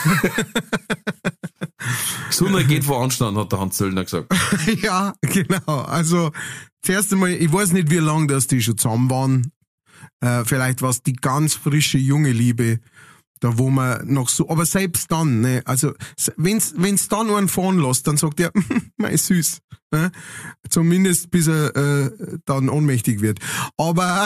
Gesundheit geht vor Anstand, hat der Hans Zöllner gesagt. Ja, genau. Also, zuerst einmal, ich weiß nicht, wie lange das die schon zusammen waren. Vielleicht war es die ganz frische, junge Liebe, da wo man noch so, aber selbst dann, ne, also, wenn's dann einen fahren lässt, dann sagt er, mei süß, ne? Zumindest bis er dann ohnmächtig wird. Aber,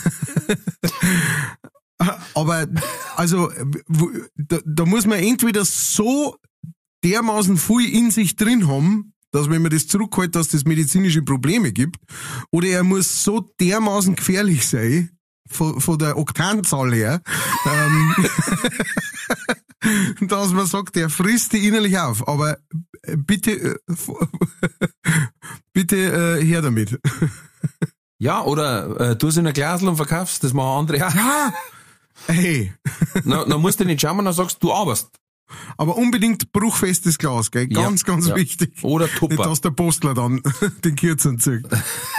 also, da muss man entweder so dermaßen viel in sich drin haben, dass wenn man das zurückhält, dass das medizinische Probleme gibt, oder er muss so dermaßen gefährlich sein, von der Oktanzahl her, dass man sagt, der frisst die innerlich auf. Aber bitte, bitte her damit. Ja, oder du es in ein Glasl und verkaufst, das machen andere auch. Ja, hey, Dann musst du nicht schauen, dann sagst du, arbeitest. aber unbedingt bruchfestes Glas, gell? Ganz, Ja, ganz ja. wichtig. Oder Nicht, Tupper. dass der Postler dann den Kürzen zieht.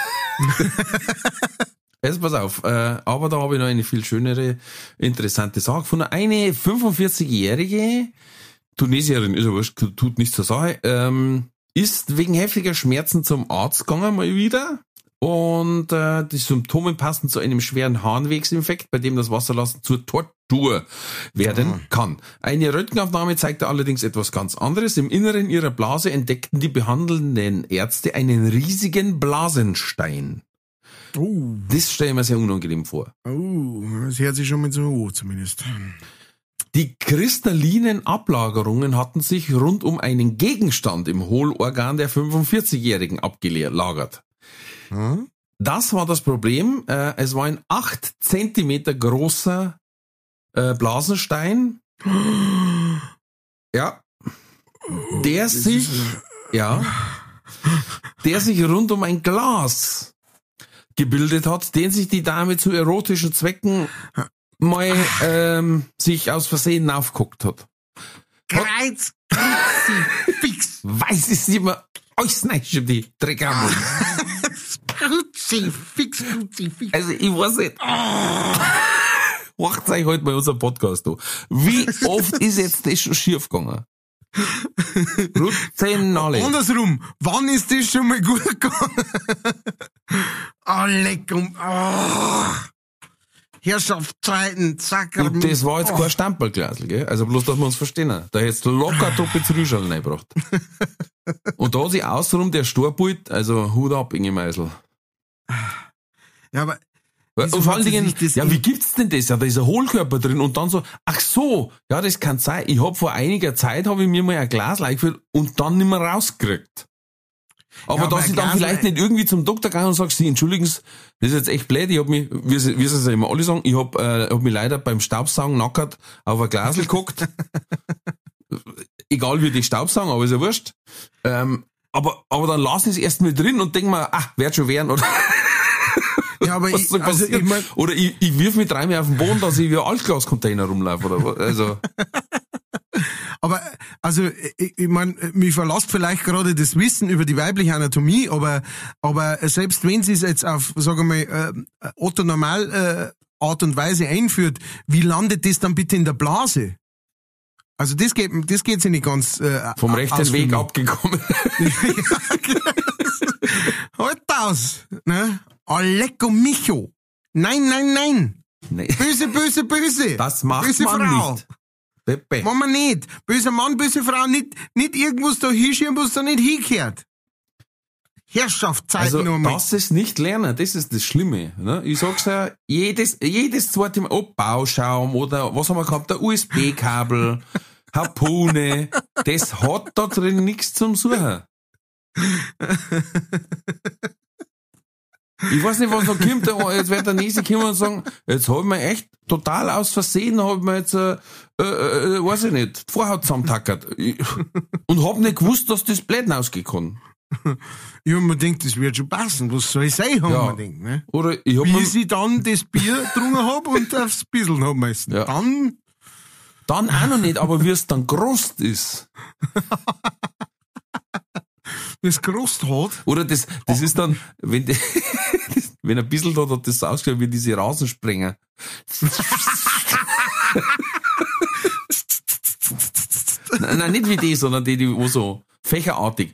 Jetzt pass auf, aber da habe ich noch eine viel schönere, interessante Sache von eine 45-jährige Tunesierin, ist ja wurscht, tut nichts zur Sache, ist wegen heftiger Schmerzen zum Arzt gegangen, mal wieder. Und die Symptome passen zu einem schweren Harnwegsinfekt, bei dem das Wasserlassen zur Tortur werden kann. Eine Röntgenaufnahme zeigte allerdings etwas ganz anderes. Im Inneren ihrer Blase entdeckten die behandelnden Ärzte einen riesigen Blasenstein. Das stelle ich mir sehr unangenehm vor. Das hört sich schon mal so an, zumindest. Die kristallinen Ablagerungen hatten sich rund um einen Gegenstand im Hohlorgan der 45-Jährigen abgelagert. Das war das Problem. Es war ein 8 Zentimeter großer Blasenstein. Ja. Der sich rund um ein Glas gebildet hat, den sich die Dame zu erotischen Zwecken mal sich aus Versehen aufgeguckt hat. Kreuz, fix, Weiß es immer alles nicht, die Dreckammel. fix. Also ich weiß nicht. Macht euch heute mal unser Podcast an. Wie oft ist jetzt das schon schief gegangen? Rutenale. Andersrum, wann ist das schon mal gut gegangen? Leck Herrschaftszeiten, zack. Und das war jetzt kein Stempelglasl, gell? Also bloß, dass wir uns verstehen. Da hättest du locker doppelt Rüschel reingebracht. Und da hat sich außenrum der Storbult, also Hut ab, Inge Meisel. Ja, aber Und vor allen hat sie Dingen, sich das ja, wie gibt's denn das? Ja, da ist ein Hohlkörper drin und dann so, ach so, ja, das kann sein. Ich hab vor einiger Zeit, habe ich mir mal ein Glas eingefüllt und dann nicht mehr rausgekriegt. Aber Ja, dass aber ich dann Glas- vielleicht nicht irgendwie zum Doktor gegangen und sagst, Sie, entschuldigen Sie, das ist jetzt echt blöd, ich hab mich, wie sie es ja immer alle sagen, ich hab mich leider beim Staubsaugen nackert auf ein Glasl geguckt. Egal wie die Staubsaugen, aber ist ja wurscht. Aber dann lass ich es erst mal drin und denk mir, wird schon werden, oder? Ja, aber Was soll passieren? ich mein, Oder ich wirf mich dreimal auf den Boden, dass ich wie ein Altglascontainer rumlaufe, oder was? Also. aber, also, ich mein, mich verlasst vielleicht gerade das Wissen über die weibliche Anatomie, aber selbst wenn sie es jetzt auf, sagen wir mal, Otto Normal Art und Weise einführt, wie landet das dann bitte in der Blase? Also das geht sich nicht ganz Vom rechten Weg abgekommen. Halt aus, ne? Alecko Micho. Nein. Nee. Böse. Das macht böse man Frau. nicht. Pepe. Machen wir nicht. Böser Mann, böse Frau, nicht irgendwas da hinschieben, was da nicht hingehört. Herrschaftszeiten Also, nochmal. das ist nicht lernen, das ist das Schlimme. Ne? Ich sag's ja, jedes zweite Mal, Bauschaum oder was haben wir gehabt, der USB-Kabel, Harpune, das hat da drin nichts zum Suchen. Ich weiß nicht, was noch kommt, jetzt wird der Nächste kommen und sagen, jetzt hab ich mir echt total aus Versehen, hab ich mir jetzt, weiß ich nicht, die Vorhaut zusammentackert. Und hab nicht gewusst, dass das Bläden ausgehen kann. Ich hab mir gedacht, das wird schon passen. Was soll ich sein, haben Ja. wir gedacht, ne? Oder ich hab mir, Bis ich dann das Bier getrunken hab und aufs Bisseln hab müssen. Ja. Dann, dann auch noch nicht, aber wie es dann gerost ist. das Gerost hat. Oder das ist dann, wenn wenn ein bisschen da hat das ausgeschaut wie diese Rasensprenger. Nein, nicht wie die, sondern die wo so fächerartig.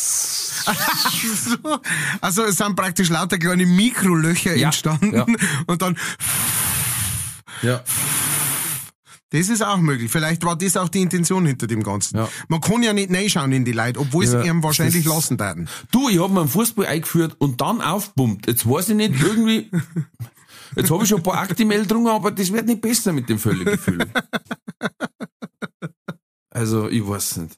Also es sind praktisch lauter kleine Mikrolöcher Ja, entstanden ja. und dann, Ja. das ist auch möglich. Vielleicht war das auch die Intention hinter dem Ganzen. Ja. Man kann ja nicht reinschauen in die Leute, obwohl sie Ja, ihm wahrscheinlich das- lassen werden. Du, ich hab mir einen Fußball eingeführt und dann aufpumpt. Jetzt weiß ich nicht, irgendwie, jetzt habe ich schon ein paar Actimel getrunken, aber das wird nicht besser mit dem Völlegefühl. Also, ich weiß nicht.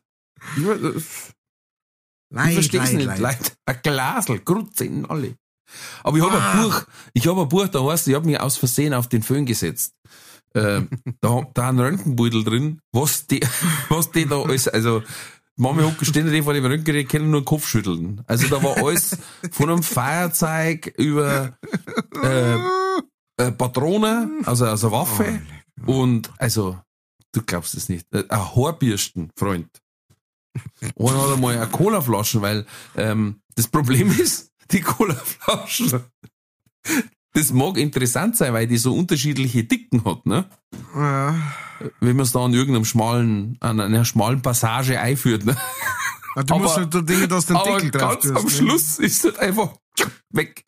Ich versteh's nicht. Leute, ein Glasl, Grütze in alle. Aber ich hab ein Buch, da heißt, ich hab mich aus Versehen auf den Föhn gesetzt. Da ein Röntgenbeutel drin, was die da alles, also, Mami hockt ständig vor dem Röntgengerät, können nur den Kopf schütteln. Also da war alles von einem Feuerzeug über Patrone, also Waffe und also du glaubst es nicht, ein Haarbürsten, Freund. Einer hat einmal eine Colaflaschen, weil das Problem ist, die Colaflaschen, das mag interessant sein, weil die so unterschiedliche Dicken hat, ne? Ja. Wenn man es da an einer schmalen Passage einführt, ne? Du Aber- musst halt da Dinge, dass du den Aber Deckel drauf ganz tust, am ne? Schluss ist es einfach weg.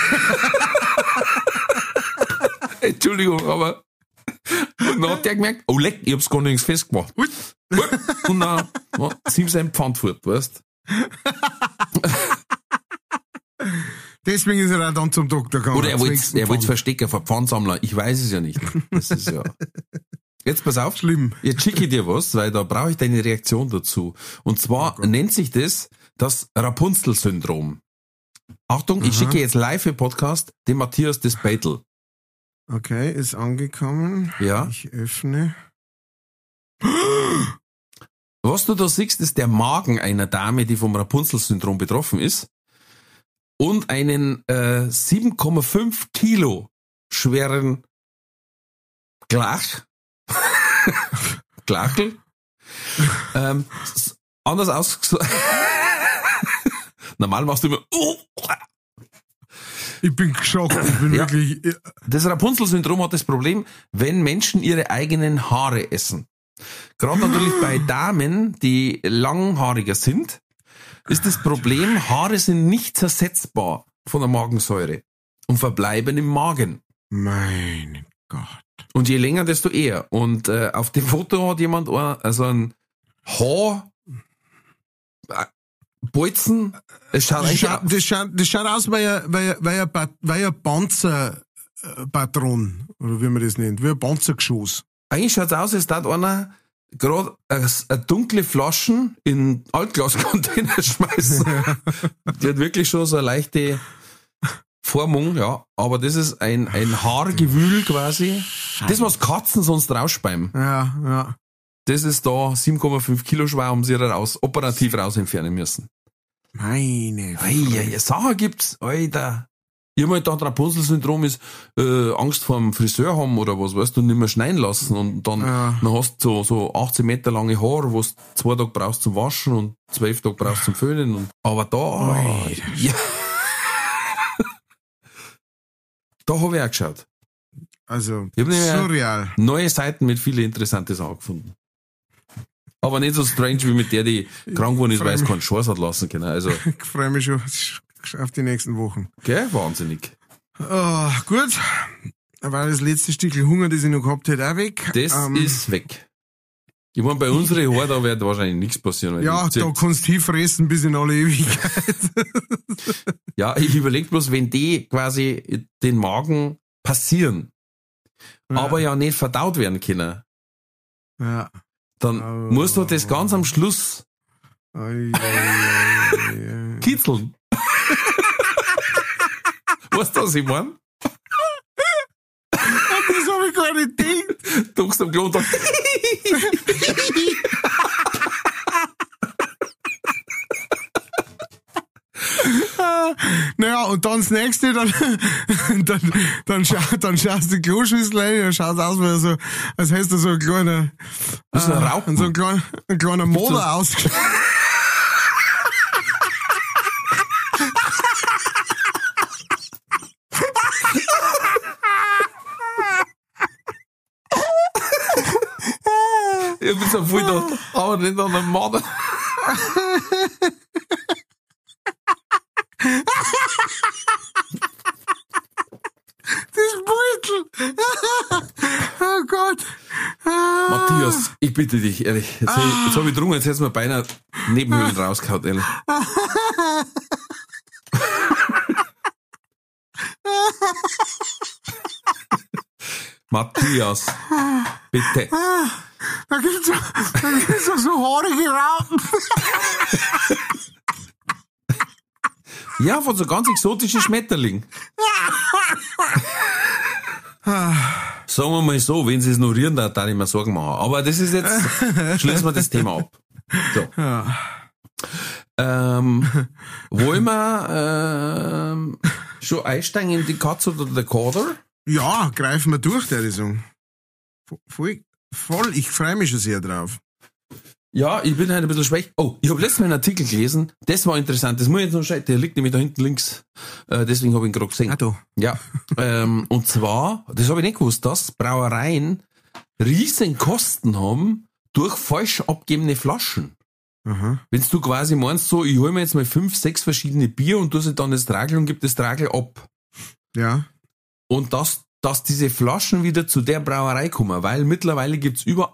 Entschuldigung, aber und dann hat der gemerkt, oh leck, ich hab's gar nichts festgemacht. Und dann 7 Cent Pfand fort, weißt? Deswegen ist er auch dann zum Doktor gegangen. Oder er wollte Zum es verstecken vor Pfandsammler. Ich weiß es ja nicht. Das ist ja. Jetzt pass auf. Schlimm. Jetzt schicke ich dir was, weil da brauche ich deine Reaktion dazu. Und zwar nennt sich das Rapunzel-Syndrom. Achtung, ich schicke jetzt live im Podcast den Matthias des Beitel. Okay, ist angekommen. Ja. Ich öffne. Was du da siehst, ist der Magen einer Dame, die vom Rapunzel-Syndrom betroffen ist. Und einen 7,5 Kilo schweren Glachel. Anders ausgesagt. Normal machst du immer. Ich bin geschockt. Ich bin Ja. wirklich. Das Rapunzel-Syndrom hat das Problem, wenn Menschen ihre eigenen Haare essen. Gerade natürlich bei Damen, die langhaariger sind, ist das Problem, Haare sind nicht zersetzbar von der Magensäure und verbleiben im Magen. Mein Gott. Und je länger, desto eher. Und auf dem Foto hat jemand ein Haarbolzen. Es schaut eigentlich aus. Das schaut aus wie ein Panzerpatron. Oder wie man das nennt. Wie ein Panzergeschoss. Eigentlich schaut's aus, als da einer gerade eine dunkle Flaschen in Altglascontainer schmeißen. Die hat wirklich schon so eine leichte Formung, ja. Aber das ist ein Haargewühl quasi. Das, was Katzen sonst rausspeimen. Ja. Das ist da 7,5 Kilo schwer, um sie operativ raus entfernen müssen. Meine. Ja, Sachen gibt's, Alter. Ich hab mal gedacht, Rapunzel-Syndrom ist Angst vor dem Friseur haben oder was, weißt du, nicht mehr schneiden lassen und dann hast du so 18 Meter lange Haare, wo du 2 Tage brauchst zum Waschen und 12 Tage brauchst zum Föhnen. Aber da, ja. Da habe ich auch geschaut. Also, Ich hab nämlich surreal. neue Seiten mit vielen interessanten Sachen gefunden. Aber nicht so strange wie mit der, die krank geworden ist, weil es keinen Chance hat lassen können. Also, Ich freue mich schon auf die nächsten Wochen. gell? Wahnsinnig. Oh, gut. Da war das letzte Stückchen Hunger, das ich noch gehabt hätte, auch weg. Das ist weg. Ich meine, bei unseren Haaren, da wird wahrscheinlich nichts passieren. Weil Ja, da kannst du hinfressen bis in alle Ewigkeit. Ja, ich überlege bloß, wenn die quasi den Magen passieren, aber ja nicht verdaut werden können, Ja. dann muss doch das ganz am Schluss Ei. kitzeln. Weißt du, was ich meine? Das habe ich gar nicht gedacht. Du guckst am Klo und dann, Naja, und dann das nächste, dann schaust du die Kloschüssel rein, dann schaut aus, wie so, als hättest du so ein kleiner, so ein Raupen. so ein kleiner Motor ausgeschaut. ich bin so voll da, aber nicht an einem Mann. Das Beutel. Oh Gott. Matthias, ich bitte dich, ehrlich. Jetzt hab ich getrunken, jetzt hättest du mir beinahe Nebenhöhlen rausgehauen, ehrlich. Matthias, bitte. Da gibt's doch so haarige Raupen. Ja, von so ganz exotischen Schmetterlingen. Sagen wir mal so, wenn sie es ignorieren, da ich mir Sorgen machen. Aber das ist jetzt, schließen wir das Thema ab. So. Wollen wir schon einsteigen in die Katz oder der Kader? Ja, greifen wir durch, der Song. Voll, ich freue mich schon sehr drauf. Ja, ich bin halt ein bisschen schwach. Oh, ich habe letztens mal einen Artikel gelesen, das war interessant, das muss ich jetzt noch schreiben, der liegt nämlich da hinten links, deswegen habe ich ihn gerade gesehen. Ah, da. Ja, und zwar, das habe ich nicht gewusst, dass Brauereien riesen Kosten haben durch falsch abgegebene Flaschen. Aha. Wenn du quasi meinst, so, ich hole mir jetzt mal 5, 6 verschiedene Bier und tue sie dann das Tragel und gebe das Tragel ab. Ja. Und dass diese Flaschen wieder zu der Brauerei kommen, weil mittlerweile gibt's über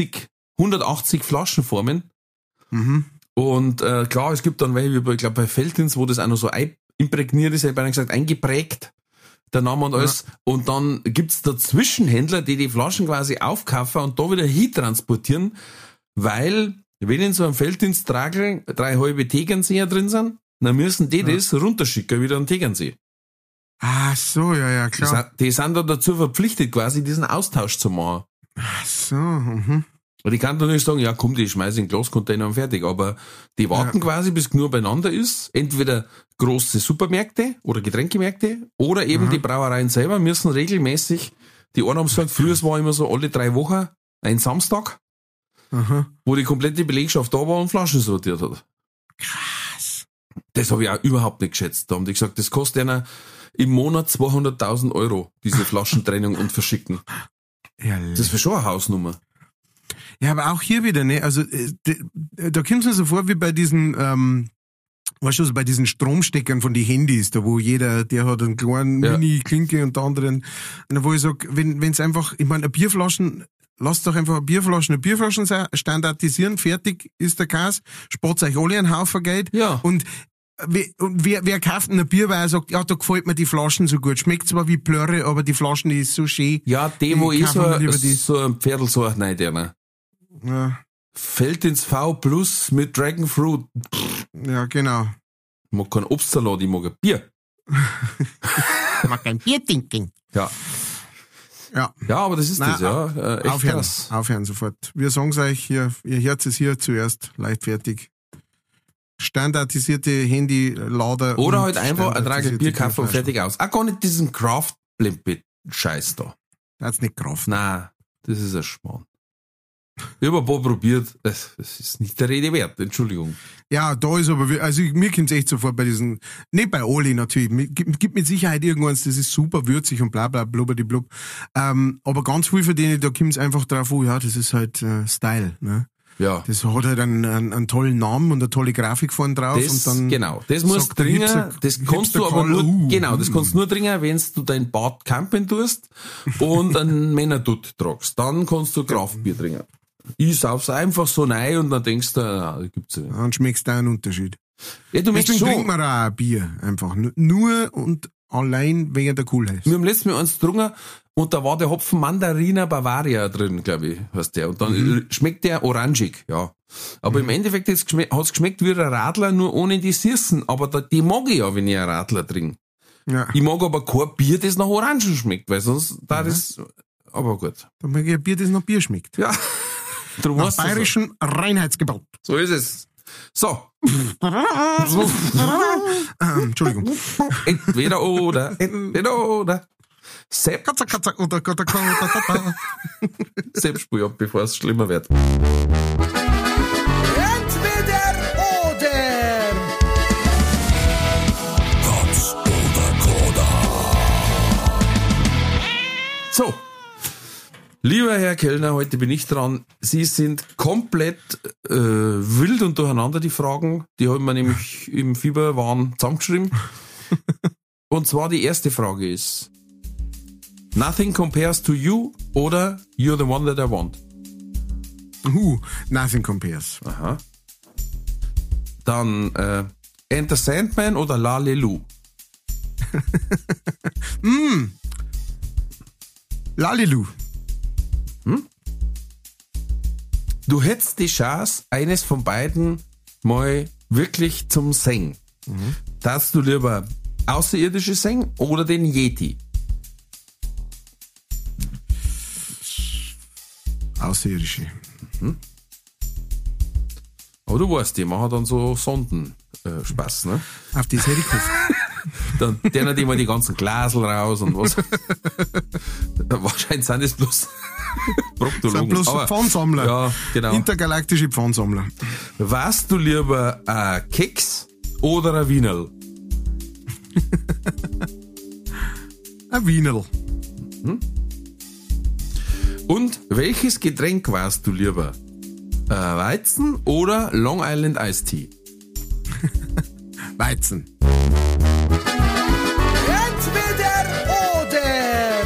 180 Flaschenformen. Mhm. Und klar, es gibt dann welche, ich glaube bei Veltins, wo das auch noch so imprägniert ist, ich habe gesagt, eingeprägt, der Name und alles. Ja. Und dann gibt's da Zwischenhändler, die Flaschen quasi aufkaufen und da wieder hintransportieren, weil, wenn in so einem Veltins-Tragel 3 halbe Tegernseer drin sind, dann müssen die das runterschicken, wieder an Tegernsee. Ach so, ja, klar. Die sind da dazu verpflichtet, quasi diesen Austausch zu machen. Ach so, Und ich kann doch nicht sagen, ja komm, die schmeiße in den Glascontainer und fertig, aber die warten quasi, bis genug beieinander ist. Entweder große Supermärkte oder Getränkemärkte oder eben die Brauereien selber müssen regelmäßig, die einen haben gesagt, früher war immer so alle 3 Wochen ein Samstag, wo die komplette Belegschaft da war und Flaschen sortiert hat. Krass. Das habe ich auch überhaupt nicht geschätzt. Da haben die gesagt, das kostet einer im Monat 200.000 €, diese Flaschentrennung und Verschicken. Ja, Das wäre schon eine Hausnummer. ja, aber auch hier wieder, ne, also da kommt es mir so vor wie bei diesen, weißt du, so bei diesen Stromsteckern von die Handys, da wo jeder, der hat einen kleinen Mini-Klinke und der anderen, wo ich sag, wenn's einfach, ich meine, lasst doch einfach eine Bierflaschen standardisieren, fertig ist der Käse, spart euch alle einen Haufen Geld. Ja. Und wer kauft ein Bier, weil er sagt, ja, da gefällt mir die Flaschen so gut. Schmeckt zwar wie Plörre, aber die Flaschen, die ist so schön. Ja, die, wo ich so ein Pferdl so rein, der. Ja, Veltins V Plus mit Dragonfruit. ja, genau. Ich mag keinen Obstsalat, ich mag ein Bier. Ich mag ein Bier trinken. Ja. Ja. Ja, aber das ist das, ja. Echt krass. Aufhören sofort. Wir sagen's euch hier, ihr hört es hier zuerst, leichtfertig. Standardisierte Handy-Lader. Oder halt einfach ein Tragel Bier kaufen und fertig aus. Auch gar nicht diesen Craft-Scheiß da. Das ist nicht Kraft. Nein, das ist ein Schmarrn. Ich habe ein paar probiert, das ist nicht der Rede wert, Entschuldigung. Ja, da ist aber, also mir kommt's echt sofort bei diesen, nicht bei Oli natürlich, gibt mit Sicherheit irgendwas, das ist super würzig und bla bla blubberdiblub. Aber ganz viel von denen, da kommt's einfach drauf, oh ja, das ist halt Style, ne? Ja. Das hat halt einen tollen Namen und eine tolle Grafik vorne drauf. Das, und dann genau, das musst sagt der dringen, Hipster- das kannst du Hipster aber Karl, nur, genau, das kannst du nur dringen, wenn du dein Bad campen tust und einen Männerdutt tragst. Dann kannst du Kraftbier trinken. Ich sauf's einfach so rein und dann denkst du, da gibt's ja nicht. Dann schmeckst du auch einen Unterschied. Ja, du merkst Deswegen schon. trinkt man auch ein Bier. Einfach. Nur und allein wegen der Coolheit. Wir haben letztes Mal eins getrunken und da war der Hopfen Mandarina Bavaria drin, glaube ich, heißt der. Und dann schmeckt der orangig, ja. Aber im Endeffekt hat's geschmeckt wie ein Radler, nur ohne die Süßen. Aber die mag ich ja, wenn ich einen Radler trinke. Ja. Ich mag aber kein Bier, das nach Orangen schmeckt, weil sonst da das, aber gut. Dann mag ich ein Bier, das nach Bier schmeckt. Ja. Drum Nach hast du bayerischem Reinheitsgebot. so ist es. So. Entschuldigung. Entweder oder. Sepp, Katza, katza, oder, katza, katza, katza. Sepp spür ab, bevor es schlimmer wird. Entweder oder. So. Lieber Herr Kellner, heute bin ich dran. Sie sind komplett wild und durcheinander, die Fragen. Die haben wir nämlich im Fieberwahn zusammengeschrieben. Und zwar die erste Frage ist: Nothing compares to you oder You're the one that I want? Nothing compares. Aha. Dann Enter Sandman oder Lalelu? Lalilu. Du hättest die Chance, eines von beiden mal wirklich zum Singen. Darfst du lieber Außerirdische singen oder den Yeti? Außerirdische. Aber du weißt, die machen dann so Sonden Spaß, ne? Auf das hätte ich gehofft. Dann denen die mal die ganzen Glasel raus und was. Wahrscheinlich sind das bloß Proktologen. Sind bloß Aber- Pfannsammler. Ja, genau. Intergalaktische Pfannsammler. Warst du lieber ein Keks oder ein Wienerl? Ein Wienerl. Und welches Getränk warst du lieber? Weizen oder Long Island Iced Tea? Weizen. Entweder oder.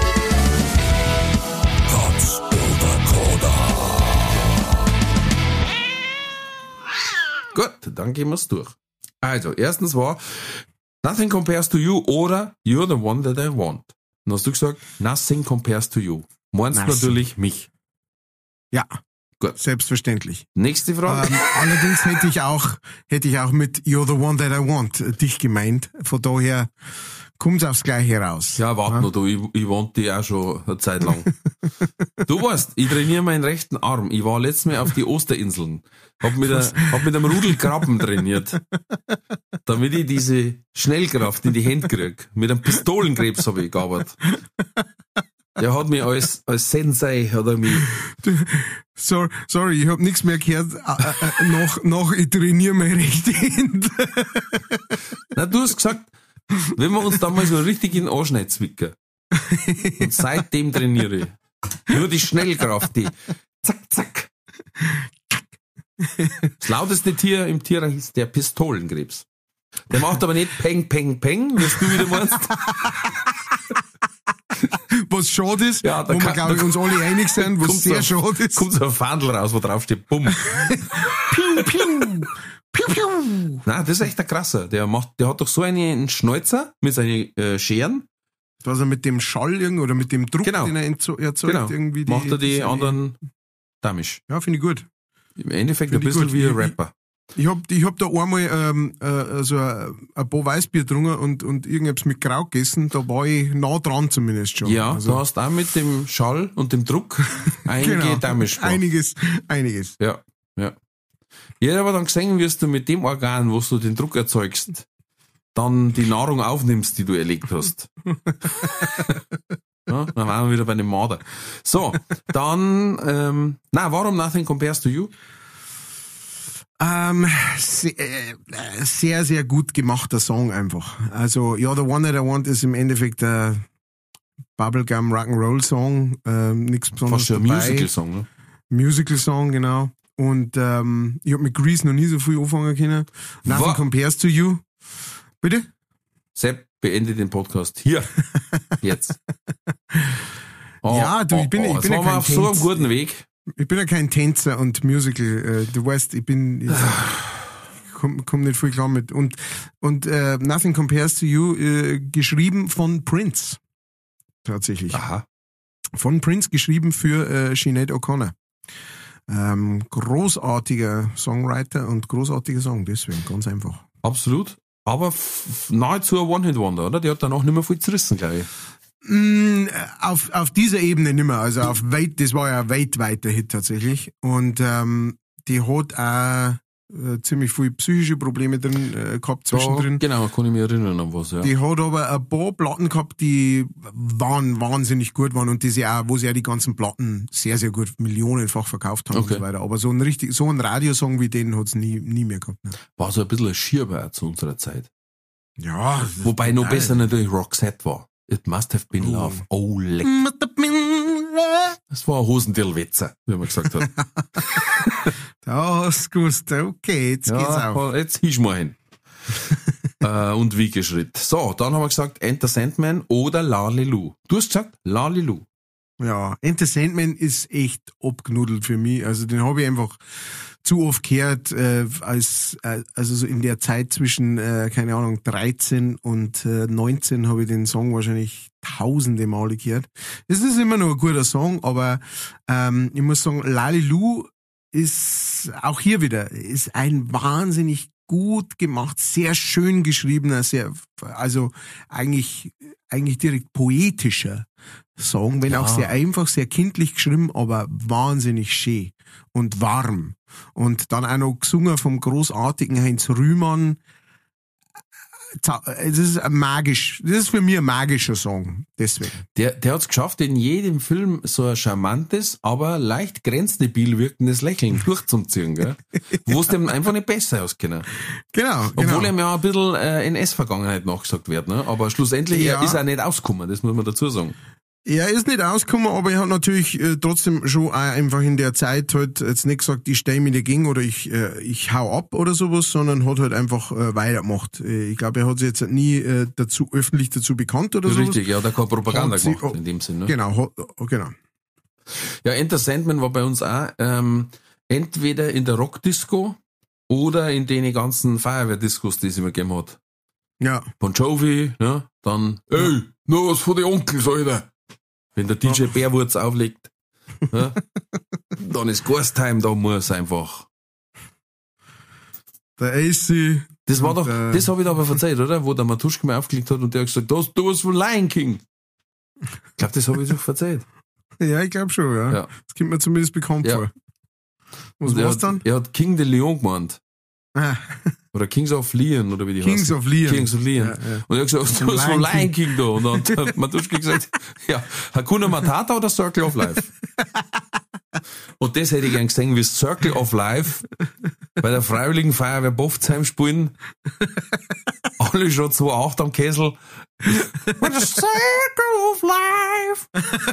Gut, dann gehen wir's durch. Also, erstens war Nothing compares to you oder You're the one that I want. Dann hast du gesagt, Nothing compares to you. Meinst Nothing. natürlich mich. Ja. Gut. Selbstverständlich. Nächste Frage. Allerdings hätte ich auch mit You're the one that I want dich gemeint. Von daher kommt's aufs Gleiche raus. Ja, warte noch, du, ich wohnte die auch schon eine Zeit lang. Du weißt, ich trainiere meinen rechten Arm. Ich war letztes Mal auf die Osterinseln. Hab mit einem Rudel Krabben trainiert. Damit ich diese Schnellkraft in die Hände krieg. Mit einem Pistolenkrebs habe ich gearbeitet. Der hat mich als Sensei, hat er mich. Sorry, ich hab nichts mehr gehört. Noch ich trainiere meine rechte Hände. Na, du hast gesagt, wenn wir uns da mal so richtig in den Arschneid zwicken. Und seitdem trainiere ich. Nur die Schnellkraft, die zack, zack. Das lauteste Tier im Tierreich ist der Pistolenkrebs. Der macht aber nicht Peng, Peng, Peng, wie du wieder meinst. Was schade ist, Ja, da wo wir, kann- glaube ich, da uns alle einig sind, was sehr schade ist. Kommt so ein Fahndel raus, wo drauf steht, bumm. Piu, piu. Piu, piu. Nein, das ist echt ein krasser. Der hat doch so einen Schnäuzer mit seinen Scheren. Dass er mit dem Schall oder mit dem Druck, Genau. den er erzeugt, Genau. irgendwie Macht er die seine- anderen damisch. Ja, finde ich gut. Im Endeffekt Find ein ich bisschen gut. wie ein Rapper. Ich hab da einmal so ein paar Weißbier getrunken und irgendwas mit Kraut gegessen, da war ich nah dran zumindest schon. Ja, also, du hast auch mit dem Schall und dem Druck einige genau, damisch gemacht. einiges. Ja, ja. Ich hätte aber dann gesehen, wie du mit dem Organ, wo du den Druck erzeugst, dann die Nahrung aufnimmst, die du erlegt hast. Ja, dann waren wir wieder bei dem Marder. So, dann, warum Nothing Compares to You? Sehr, sehr gut gemachter Song einfach. Also, ja, The One That I Want ist im Endeffekt ein Bubblegum Rock'n'Roll Song, nichts Besonderes Fast schon ein dabei. Musical-Song, ne? Musical-Song, genau. Und ich habe mit Grease noch nie so viel anfangen können. Nothing compares to you. Bitte? Sepp, beende den Podcast. Hier. Jetzt. Ja, du, ich bin ja jetzt waren wir auf so einem guten Weg. Ich bin ja kein Tänzer und Musical. Du weißt, ich komm nicht viel klar mit. Und Nothing Compares to You, geschrieben von Prince. Tatsächlich. Aha. Von Prince geschrieben für Sinead O'Connor. Großartiger Songwriter und großartiger Song, deswegen, ganz einfach. Absolut. Aber nahezu ein One-Hit-Wonder, oder? Die hat danach nicht mehr viel zerrissen, glaube ich. Auf dieser Ebene nicht mehr. Also das war ja ein weltweiter Hit tatsächlich. Und die hat auch ziemlich viele psychische Probleme drin gehabt zwischendrin. Genau, kann ich mich erinnern an was, ja. Die hat aber ein paar Platten gehabt, die wahnsinnig gut waren und wo sie auch die ganzen Platten sehr, sehr gut millionenfach verkauft haben und so weiter. Aber so ein Radiosong wie den hat es nie mehr gehabt. Ne? War so ein bisschen ein Schierber zu unserer Zeit. Ja. Wobei noch besser natürlich Roxette war. It must have been love. Oh, leck. Das war ein Hosendirlwetzer, wie man gesagt hat. Das gewusst, okay, jetzt geht's auf. Jetzt hisch mal hin. Und Wiegeschritt. So, dann haben wir gesagt Enter Sandman oder Lalilu. Du hast gesagt Lalilu. Ja, Enter Sandman ist echt abgenudelt für mich. Also den habe ich einfach zu oft gehört, also so in der Zeit zwischen, keine Ahnung, 13 und 19 habe ich den Song wahrscheinlich tausende Male gehört. Es ist immer noch ein guter Song, aber ich muss sagen, Lalilu ist auch hier wieder, ist ein wahnsinnig gut gemacht, sehr schön geschriebener, also eigentlich direkt poetischer Song, wenn auch sehr einfach, sehr kindlich geschrieben, aber wahnsinnig schön und warm. Und dann auch noch gesungen vom großartigen Heinz Rühmann. Das ist für mich ein magischer Song, deswegen. Der hat es geschafft, in jedem Film so ein charmantes, aber leicht grenzdebil wirkendes Lächeln durchzuziehen, gell? Wo es dem einfach nicht besser auskennen. Genau. Obwohl ihm ja ein bisschen NS-Vergangenheit nachgesagt wird, ne? Aber schlussendlich ist er nicht ausgekommen, das muss man dazu sagen. Er ist nicht ausgekommen, aber er hat natürlich trotzdem schon auch einfach in der Zeit halt jetzt nicht gesagt, ich stelle mich dagegen oder ich hau ab oder sowas, sondern hat halt einfach weitergemacht. Ich glaube, er hat sich jetzt nie öffentlich dazu bekannt oder sowas. Richtig, er hat keine Propaganda gemacht in dem Sinne. Ne? Genau. Ja, Enter Sandman war bei uns auch entweder in der Rockdisco oder in den ganzen Feuerwehrdiscos, die es immer gegeben hat. Ja. Bon Jovi, ne? Dann, nur was von den Onkels, Alter. Wenn der DJ Bärwurz auflegt, ja, dann ist Ghost Time, da muss einfach. Der AC. Das war doch, das habe ich da aber verzeiht, oder? Wo der Matuschke mal aufgelegt hat und der hat gesagt, du hast von Lion King. Ich glaube, das habe ich doch verzeiht. Ja, ich glaube schon, ja. Das kommt mir zumindest bekannt vor. Was war's dann? Er hat King de Leon gemeint. Ah. Oder Kings of Leon, oder wie die heißt. Kings of Leon. Ja. Und er hat gesagt, du hast von Lion King da. Und dann hat Matuschke gesagt, ja, Hakuna Matata oder Circle of Life? Und das hätte ich gern gesehen, wie Circle of Life bei der Freiwilligen Feuerwehr Boftsheim spielen. Alle schon 2,8 am Kessel. With a Circle of Life.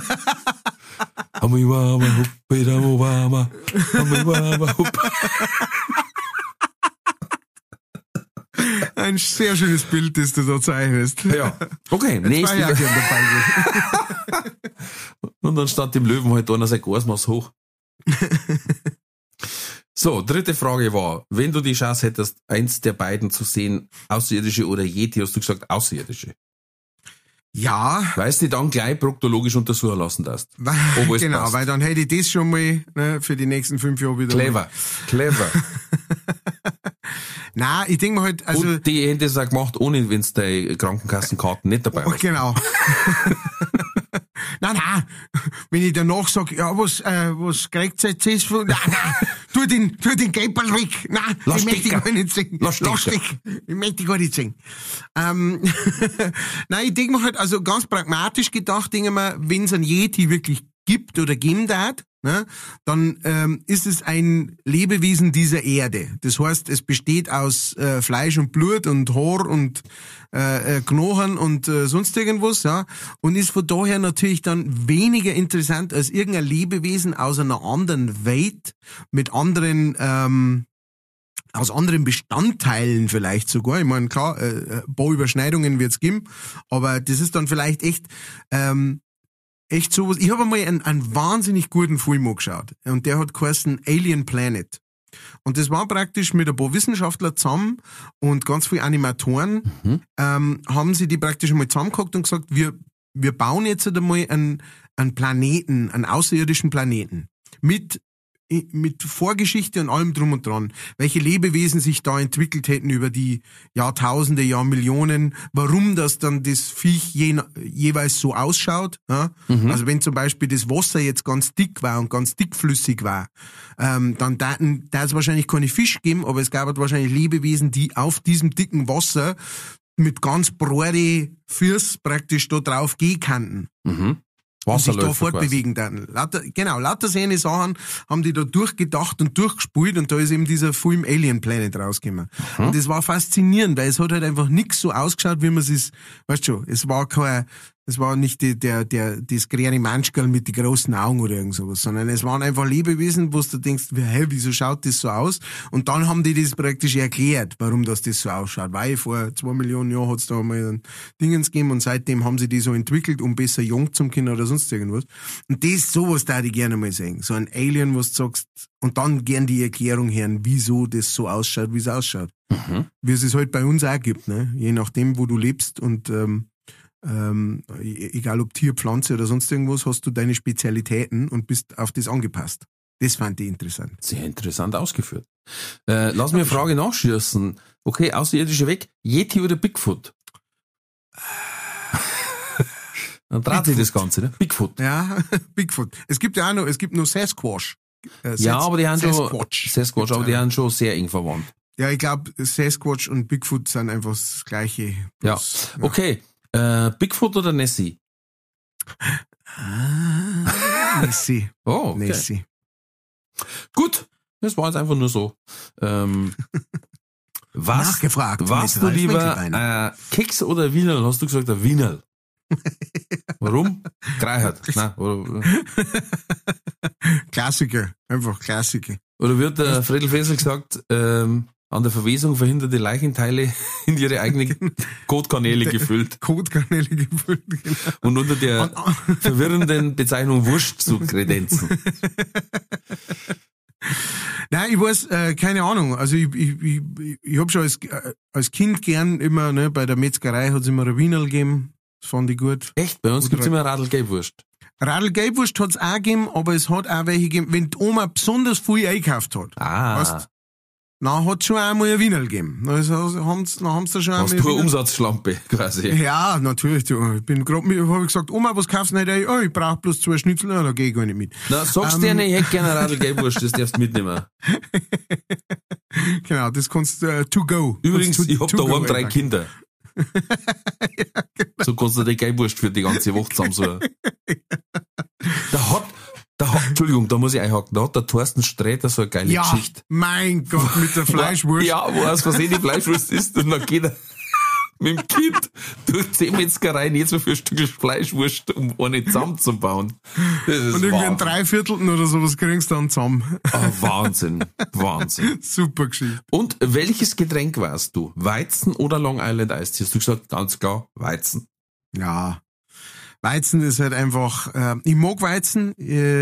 Ein sehr schönes Bild, das du da zeichnest. Ja. Okay, nächste. Und dann stand dem Löwen halt einer sein Gasmaß hoch. So, dritte Frage war, wenn du die Chance hättest, eins der beiden zu sehen, Außerirdische oder Yeti, hast du gesagt Außerirdische. Ja. Weil du dann gleich proktologisch untersuchen lassen darfst. Genau, weil dann hätte ich das schon mal für die nächsten 5 Jahre wieder. Clever. Nein, ich denke mal halt, also. Und die hätten das auch gemacht, ohne wenn es deine Krankenkassenkarten nicht dabei war. Genau. Nein, wenn ich danach sage, ja, was kriegt ihr jetzt von, nein, tu den Gäpperl weg, nein, ich möchte gar nicht singen. Lass stecken. Ich möchte gar nicht singen. Nein, ich denke mir halt, also ganz pragmatisch gedacht, denke mir, wenn es einen Yeti wirklich gibt oder geben darf, ne, dann ist es ein Lebewesen dieser Erde. Das heißt, es besteht aus Fleisch und Blut und Haar und Knochen und sonst irgendwas, ja, und ist von daher natürlich dann weniger interessant als irgendein Lebewesen aus einer anderen Welt mit anderen aus anderen Bestandteilen vielleicht sogar. Ich meine, klar, ein paar Überschneidungen wird's geben, aber das ist dann vielleicht echt sowas. Ich habe einmal einen wahnsinnig guten Film angeschaut und der hat geheißen Alien Planet. Und das war praktisch mit ein paar Wissenschaftler zusammen und ganz viele Animatoren, haben sie die praktisch einmal zusammengehockt und gesagt, wir bauen jetzt einmal einen Planeten, einen außerirdischen Planeten mit Vorgeschichte und allem drum und dran, welche Lebewesen sich da entwickelt hätten über die Jahrtausende, Jahrmillionen, warum das dann das Viech jeweils so ausschaut. Ja? Also wenn zum Beispiel das Wasser jetzt ganz dick war und ganz dickflüssig war, dann da es wahrscheinlich keine Fisch geben, aber es gab halt wahrscheinlich Lebewesen, die auf diesem dicken Wasser mit ganz breite Füße praktisch da drauf gehen kannten. Und sich da fortbewegen dann. Lauter seine Sachen haben die da durchgedacht und durchgespielt und da ist eben dieser Film Alien Planet rausgekommen. Und das war faszinierend, weil es hat halt einfach nichts so ausgeschaut, wie man es, weißt schon, es war nicht das kleine Manschkerl mit den großen Augen oder irgend sowas, sondern es waren einfach Lebewesen, wo du denkst, wieso schaut das so aus? Und dann haben die das praktisch erklärt, warum das so ausschaut. Weil vor 2 Millionen Jahren hat es da mal ein Dingens gegeben und seitdem haben sie die so entwickelt, um besser jung zum Kind oder sonst irgendwas. Und sowas da ich gerne mal sehen. So ein Alien, was du sagst, und dann gern die Erklärung hören, wieso das so ausschaut, wie es ausschaut. Wie es halt bei uns auch gibt, ne? Je nachdem, wo du lebst und egal ob Tier, Pflanze oder sonst irgendwas, hast du deine Spezialitäten und bist auf das angepasst. Das fand ich interessant. Sehr interessant ausgeführt. Lass mir eine Frage nachschießen. Okay, Außerirdische weg. Yeti oder Bigfoot? Dann dreht sich das Ganze, ne? Bigfoot. Ja, Bigfoot. Es gibt noch Sasquatch. Ja, aber die haben Sasquatch, aber die haben schon sehr eng verwandt. Ja, ich glaube, Sasquatch und Bigfoot sind einfach das Gleiche. Bloß, ja, okay. Bigfoot oder Nessie? Nessie. Oh, okay. Nessie. Gut, das war jetzt einfach nur so. Nachgefragt. Warst du lieber Keks oder Wienerl? Hast du gesagt, ein Wienerl? Warum? Greiheit. Klassiker. Einfach Klassiker. Oder wird der Fredel Fessel gesagt, an der Verwesung verhinderte Leichenteile in ihre eigenen Kotkanäle gefüllt. Kotkanäle gefüllt, genau. Und unter der verwirrenden Bezeichnung Wurst zu kredenzen. Nein, ich weiß, keine Ahnung. Also ich hab schon als Kind gern immer, ne, bei der Metzgerei hat's immer ein Wienerl gegeben. Das fand ich gut. Echt? Bei uns gibt's immer Radl-Gelbwurst. Radl-Gelbwurst hat's auch gegeben, aber es hat auch welche gegeben, wenn die Oma besonders viel eingekauft hat. Weißt, dann hat's schon einmal ein Wienerl gegeben. Dann haben's da schon einmal. Pure Umsatzschlampe, quasi. Ja, natürlich. Ich bin gerade hab ich gesagt, Oma, was kaufst du denn? Oh, ich brauch bloß 2 Schnitzel, da geh ich gar nicht mit. Na, sagst dir nicht, ich hätte gerne Radl-Gelbwurst, das darfst du mitnehmen. Genau, das kannst du to go. Übrigens, ich hab daheim 3 Kinder. Ja, genau. So kannst du die Gelbwurst für die ganze Woche zusammensuchen. Entschuldigung, da muss ich einhaken. Da hat der Thorsten Sträter so eine geile Geschichte. Mein Gott, mit der Fleischwurst. Ja, wo er aus Versehen die Fleischwurst isst und dann geht er mit dem Kind durch 10 Metzgereien jetzt so für ein Stück Fleischwurst, um eine zusammenzubauen. Und irgendwie ein Dreiviertelten oder sowas kriegst du dann zusammen. Oh, Wahnsinn. Super Geschichte. Und welches Getränk warst du? Weizen oder Long Island Iced Tea? Hast du gesagt, ganz klar, Weizen. Ja. Weizen ist halt einfach, ich mag Weizen,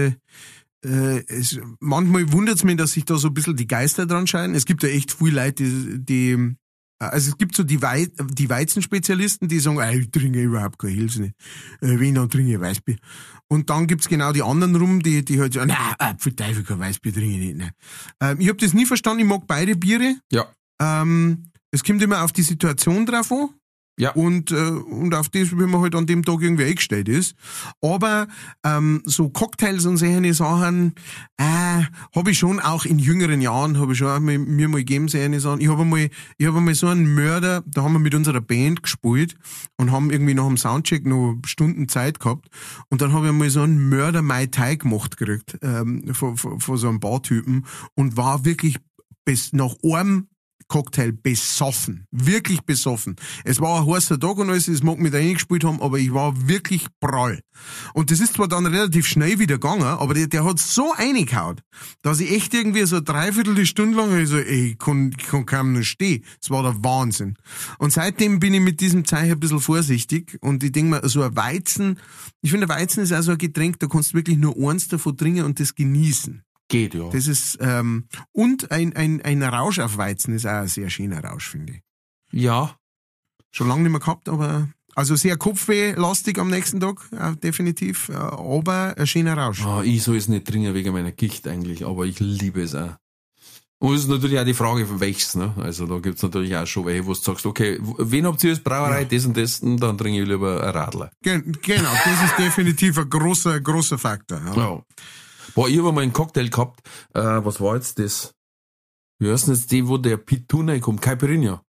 manchmal wundert's mich, dass sich da so ein bisschen die Geister dran scheiden. Es gibt ja echt viele Leute, also es gibt so die Weizenspezialisten, die sagen, ich trinke überhaupt keine Hilfe nicht. Wenn, dann trinke ich Weißbier. Und dann gibt's genau die anderen rum, die halt sagen, für Teufel kein Weißbier trinke ich nicht. Ich habe das nie verstanden, ich mag beide Biere. Ja. Es kommt immer auf die Situation drauf an. Ja. Und auf das, wie man halt an dem Tag irgendwie eingestellt ist. Aber so Cocktails und solche Sachen habe ich schon auch in jüngeren Jahren, habe ich schon auch mir mal gegeben, solche Sachen. Ich habe einmal so einen Mörder, da haben wir mit unserer Band gespielt und haben irgendwie nach dem Soundcheck noch Stunden Zeit gehabt. Und dann habe ich einmal so einen Mörder Mai Tai gemacht gekriegt von so einem Bartypen und war wirklich bis nach einem Cocktail besoffen. Wirklich besoffen. Es war ein heißer Tag und alles, das mag mit reingespielt haben, aber ich war wirklich prall. Und das ist zwar dann relativ schnell wieder gegangen, aber der hat so reingehauen, dass ich echt irgendwie so 3/4 Stunde lang so, ich kann kaum noch stehen. Das war der Wahnsinn. Und seitdem bin ich mit diesem Zeug ein bisschen vorsichtig und ich denke mir, so ein Weizen, ich finde, Weizen ist auch so ein Getränk, da kannst du wirklich nur eins davon trinken und das genießen. Geht, ja. Das ist, und ein Rausch auf Weizen ist auch ein sehr schöner Rausch, finde ich. Ja. Schon lange nicht mehr gehabt, aber, also sehr kopfwehlastig am nächsten Tag, definitiv, aber ein schöner Rausch. Ich soll es nicht trinken wegen meiner Gicht eigentlich, aber ich liebe es auch. Und es ist natürlich auch die Frage von welches, ne? Also da gibt's natürlich auch schon welche, wo du sagst, okay, wen habt ihr als Brauerei, das und das, und dann trinke ich lieber ein Radler. Genau, das ist definitiv ein großer Faktor. Ja. Boah, ich habe mal einen Cocktail gehabt, was war jetzt das? Wie heißt denn jetzt die, wo der Pituna kommt? Caipirinha.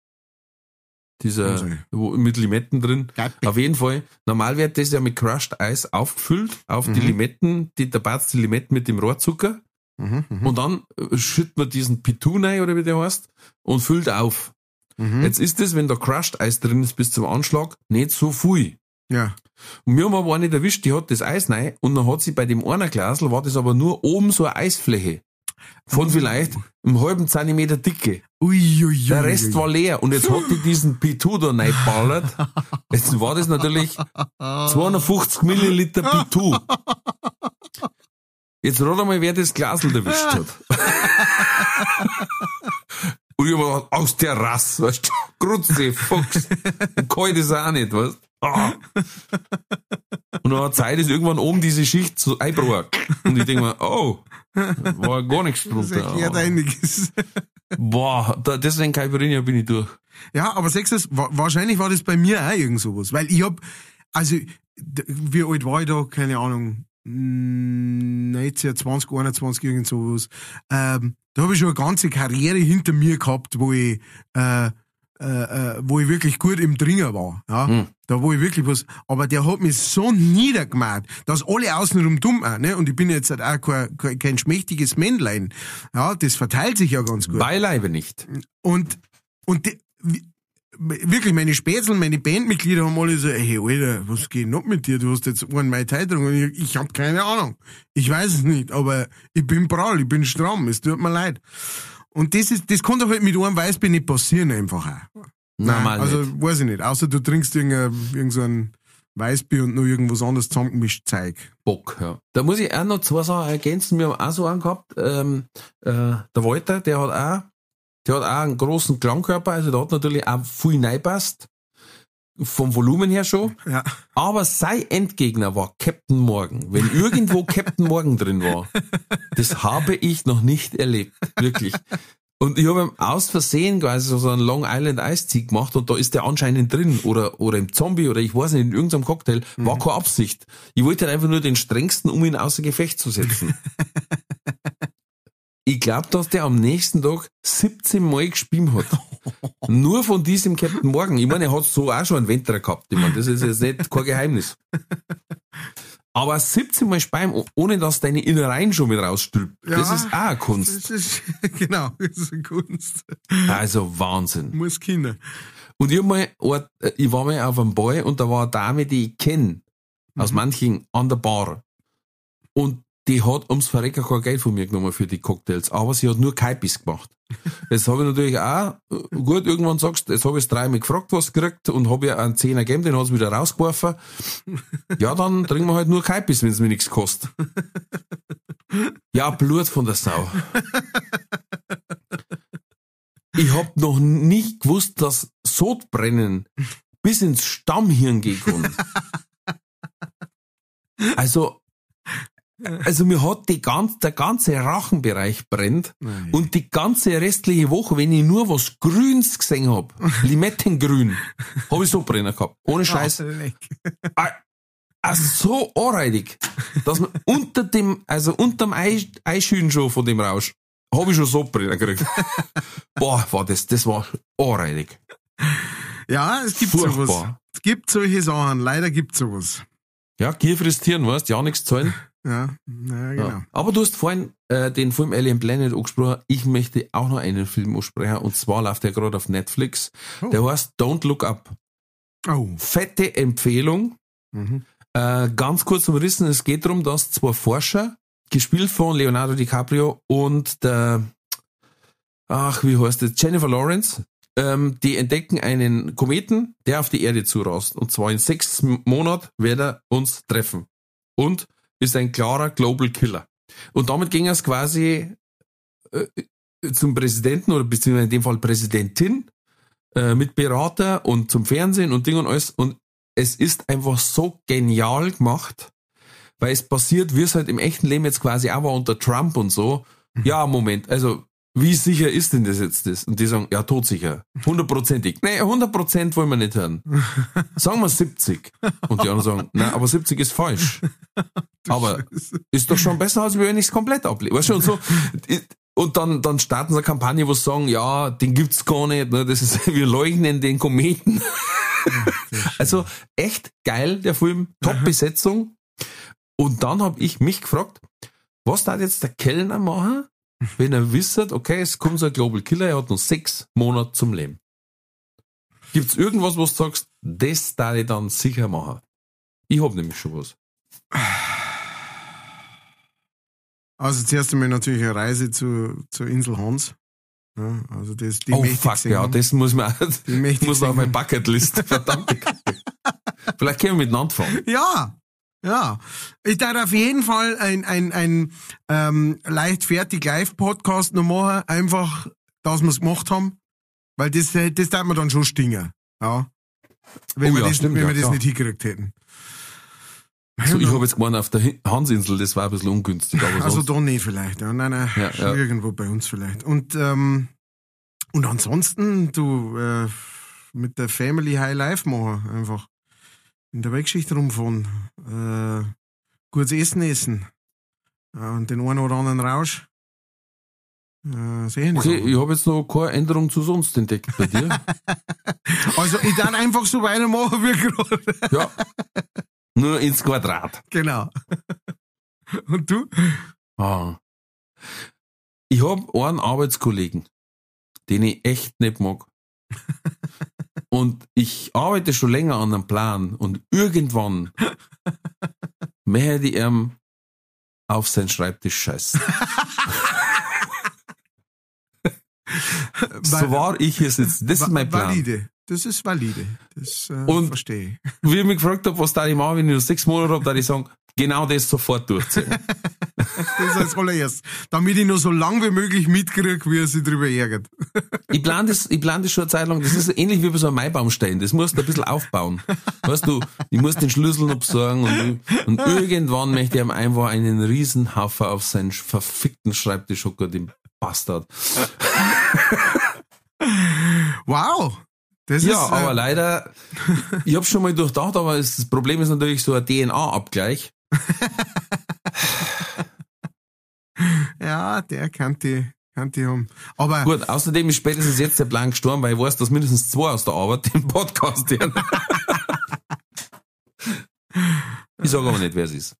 Dieser, wo, mit Limetten drin. Auf jeden Fall. Normal wird das ja mit Crushed Eis aufgefüllt, auf die Limetten, da batzt die Limetten mit dem Rohrzucker. Und dann schüttet man diesen Pituna, oder wie der heißt, und füllt auf. Jetzt ist das, wenn da Crushed Eis drin ist bis zum Anschlag, nicht so viel. Ja. Und wir haben aber eine erwischt, die hat das Eis rein und dann hat sie bei dem einer Glasl, war das aber nur oben so eine Eisfläche. Von vielleicht einem halben Zentimeter Dicke. Der Rest war leer und jetzt hat die diesen Pitu da reingeballert. Jetzt war das natürlich 250 Milliliter Pitu. Jetzt rat einmal, wer das Glasl erwischt hat. Und ich hab mir gedacht, aus der Rass, weißt du, Grutze, Fuchs. Und kalt ist auch nicht, weißt du. Und dann hat Zeit ist irgendwann oben diese Schicht so eingebrochen. Und ich denke mir, war gar nichts drunter. Das erklärt einiges. Boah, deswegen Caipirinha bin ich durch. Ja, aber sagst du, wahrscheinlich war das bei mir auch irgend sowas. Weil ich hab, also, wie alt war ich da? Keine Ahnung. 19, 20, 21, irgend sowas. Da habe ich schon eine ganze Karriere hinter mir gehabt, wo ich wirklich gut im Dringer war. Ja? Da wo ich wirklich was, aber der hat mich so niedergemacht, dass alle außenrum dumm auch, ne? Und ich bin jetzt halt auch kein schmächtiges Männlein. Ja, das verteilt sich ja ganz gut. Beileibe nicht. Und wirklich, meine Spätzl, meine Bandmitglieder haben alle so, hey, Alter, was geht noch mit dir? Du hast jetzt einen Mai Tai getrunken. Und ich hab keine Ahnung. Ich weiß es nicht, aber ich bin prall, ich bin stramm, es tut mir leid. Und das kann doch halt mit einem Weißbier nicht passieren, einfach auch. Normal also, nicht. weiß ich nicht. Außer du trinkst irgend so ein Weißbier und noch irgendwas anderes zusammengemischt Zeug. Bock, ja. Da muss ich auch noch zwei Sachen ergänzen. Wir haben auch so einen gehabt, der Walter, der hat auch einen großen Klangkörper, also der hat natürlich auch viel reingepasst. Vom Volumen her schon. Ja. Aber sein Endgegner war Captain Morgan. Wenn irgendwo Captain Morgan drin war, das habe ich noch nicht erlebt. Wirklich. Und ich habe ihm aus Versehen quasi so einen Long Island Iced Tea gemacht und da ist der anscheinend drin. Oder im Zombie oder ich weiß nicht, in irgendeinem Cocktail. War keine Absicht. Ich wollte halt einfach nur den strengsten, um ihn außer Gefecht zu setzen. Ich glaube, dass der am nächsten Tag 17 Mal gespielt hat. Nur von diesem Captain Morgan. Ich meine, er hat so auch schon einen Ventre gehabt. Ich meine, das ist jetzt nicht kein Geheimnis. Aber 17 Mal speimen, ohne dass deine Innereien schon mit rausstülpt. Ja, das ist auch eine Kunst. Genau, das ist eine Kunst. Also Wahnsinn. Muss Kinder. Und ich war mal auf einem Ball und da war eine Dame, die ich kenne, aus manchen an der Bar. Und die hat ums Verrecken kein Geld von mir genommen für die Cocktails, aber sie hat nur Kaipis gemacht. Das habe ich natürlich auch, gut, irgendwann sagst du, jetzt habe ich es 3-mal gefragt, was gekriegt und habe ihr einen 10er gegeben, den hat sie wieder rausgeworfen. Ja, dann trinken wir halt nur Kaipis, wenn es mir nichts kostet. Ja, Blut von der Sau. Ich habe noch nicht gewusst, dass Sodbrennen bis ins Stammhirn gehen kann. Also, Also mir hat der ganze Rachenbereich brennt Nein. und die ganze restliche Woche, wenn ich nur was Grüns gesehen hab, Limettengrün, hab ich so brennen gehabt. Ohne Scheiß. Leck. Also so anreidig, dass man unterm Eischülen schon von dem Rausch, hab ich schon so brennen gekriegt. Boah, das war anreidig. Ja, es gibt Furchtbar. sowas. Es gibt solche Sachen. Leider gibt sowas. Ja, Gier frisst Hirn, weißt, ja nichts zahlen. Ja, genau. Ja. Aber du hast vorhin den Film Alien Planet angesprochen. Ich möchte auch noch einen Film ansprechen, und zwar läuft der gerade auf Netflix. Oh. Der heißt Don't Look Up. Oh. Fette Empfehlung. Mhm. Ganz kurz umrissen, es geht darum, dass zwei Forscher, gespielt von Leonardo DiCaprio und Jennifer Lawrence, die entdecken einen Kometen, der auf die Erde zurast. Und zwar in 6 Monaten wird er uns treffen. Und ist ein klarer Global Killer. Und damit ging es quasi zum Präsidenten oder beziehungsweise in dem Fall Präsidentin mit Berater und zum Fernsehen und Ding und alles. Und es ist einfach so genial gemacht, weil es passiert, wie es halt im echten Leben jetzt quasi auch war unter Trump und so. Ja, Moment, also wie sicher ist denn das jetzt das? Und die sagen, ja, todsicher, 100%ig. Nee, 100% wollen wir nicht hören. Sagen wir 70. Und die anderen sagen, nein, aber 70 ist falsch. Aber ist doch schon besser, als wenn ich es komplett ablehne. Weißt du, und so. Und dann starten sie eine Kampagne, wo sie sagen, ja, den gibt's gar nicht, ne, das ist, wir leugnen den Kometen. Also echt geil, der Film, Top-Besetzung. Und dann habe ich mich gefragt, was darf jetzt der Kellner machen, wenn er wisst, okay, es kommt so ein Global Killer, er hat noch 6 Monate zum Leben. Gibt's irgendwas, wo du sagst, das darf ich dann sicher machen? Ich hab nämlich schon was. Also zuerst einmal natürlich eine Reise zur Insel Hans. Ja, also die Oh möchte ich fuck, sehen ja, haben. das muss man Die möchte ich muss auf sehen meine haben. Bucketlist. Verdammt. Vielleicht können wir miteinander fahren. Ja. Ich darf auf jeden Fall ein leichtfertig Live-Podcast noch machen, einfach, dass wir es gemacht haben, weil das darf man dann schon stingen. Ja. Wenn Oh wir ja, das, stimmt, wenn ja, wir das klar. nicht hingekriegt hätten. So, ich habe jetzt gemeint, auf der Hansinsel, das war ein bisschen ungünstig. Aber Also sonst, da nicht vielleicht, ja. Nein, Ja, schon ja. irgendwo bei uns vielleicht. Und ansonsten, mit der Family High Life machen, einfach in der Weltgeschichte rumfahren, gutes Essen, und den einen oder anderen Rausch. Sehen okay, ich habe jetzt noch keine Änderung zu sonst entdeckt bei dir. Also ich darf einfach so weitermachen wie gerade. Ja. Nur ins Quadrat. Genau. Und du? Ah. Ich habe einen Arbeitskollegen, den ich echt nicht mag. Und ich arbeite schon länger an einem Plan und irgendwann möchte ich ihm auf seinen Schreibtisch scheißen. So war ich hier sitze. Das ist mein Plan. Valide. Das ist valide. Das Und- verstehe ich. Wie ich mich gefragt habe, was da ich mache, wenn ich nur 6 Monate habe, da ich sagen, genau das sofort durchziehen. Das als allererstes. Damit ich nur so lang wie möglich mitkriege, wie er sich drüber ärgert. Ich plan das schon eine Zeit lang. Das ist ähnlich wie bei so einem Maibaumstein. Das musst du ein bisschen aufbauen. Weißt du, ich muss den Schlüssel noch besorgen und irgendwann möchte ich ihm einfach einen Riesenhaufen auf seinen verfickten Schreibtisch hocken, den Bastard. Wow. Das Ja, ist, aber leider, ich habe schon mal durchdacht, aber das Problem ist natürlich so ein DNA-Abgleich. ja, der kann die haben. Aber Gut, außerdem ist spätestens jetzt der Plan gestorben, weil ich weiß, dass mindestens 2 aus der Arbeit den Podcast hören. Ich sage aber nicht, wer es ist.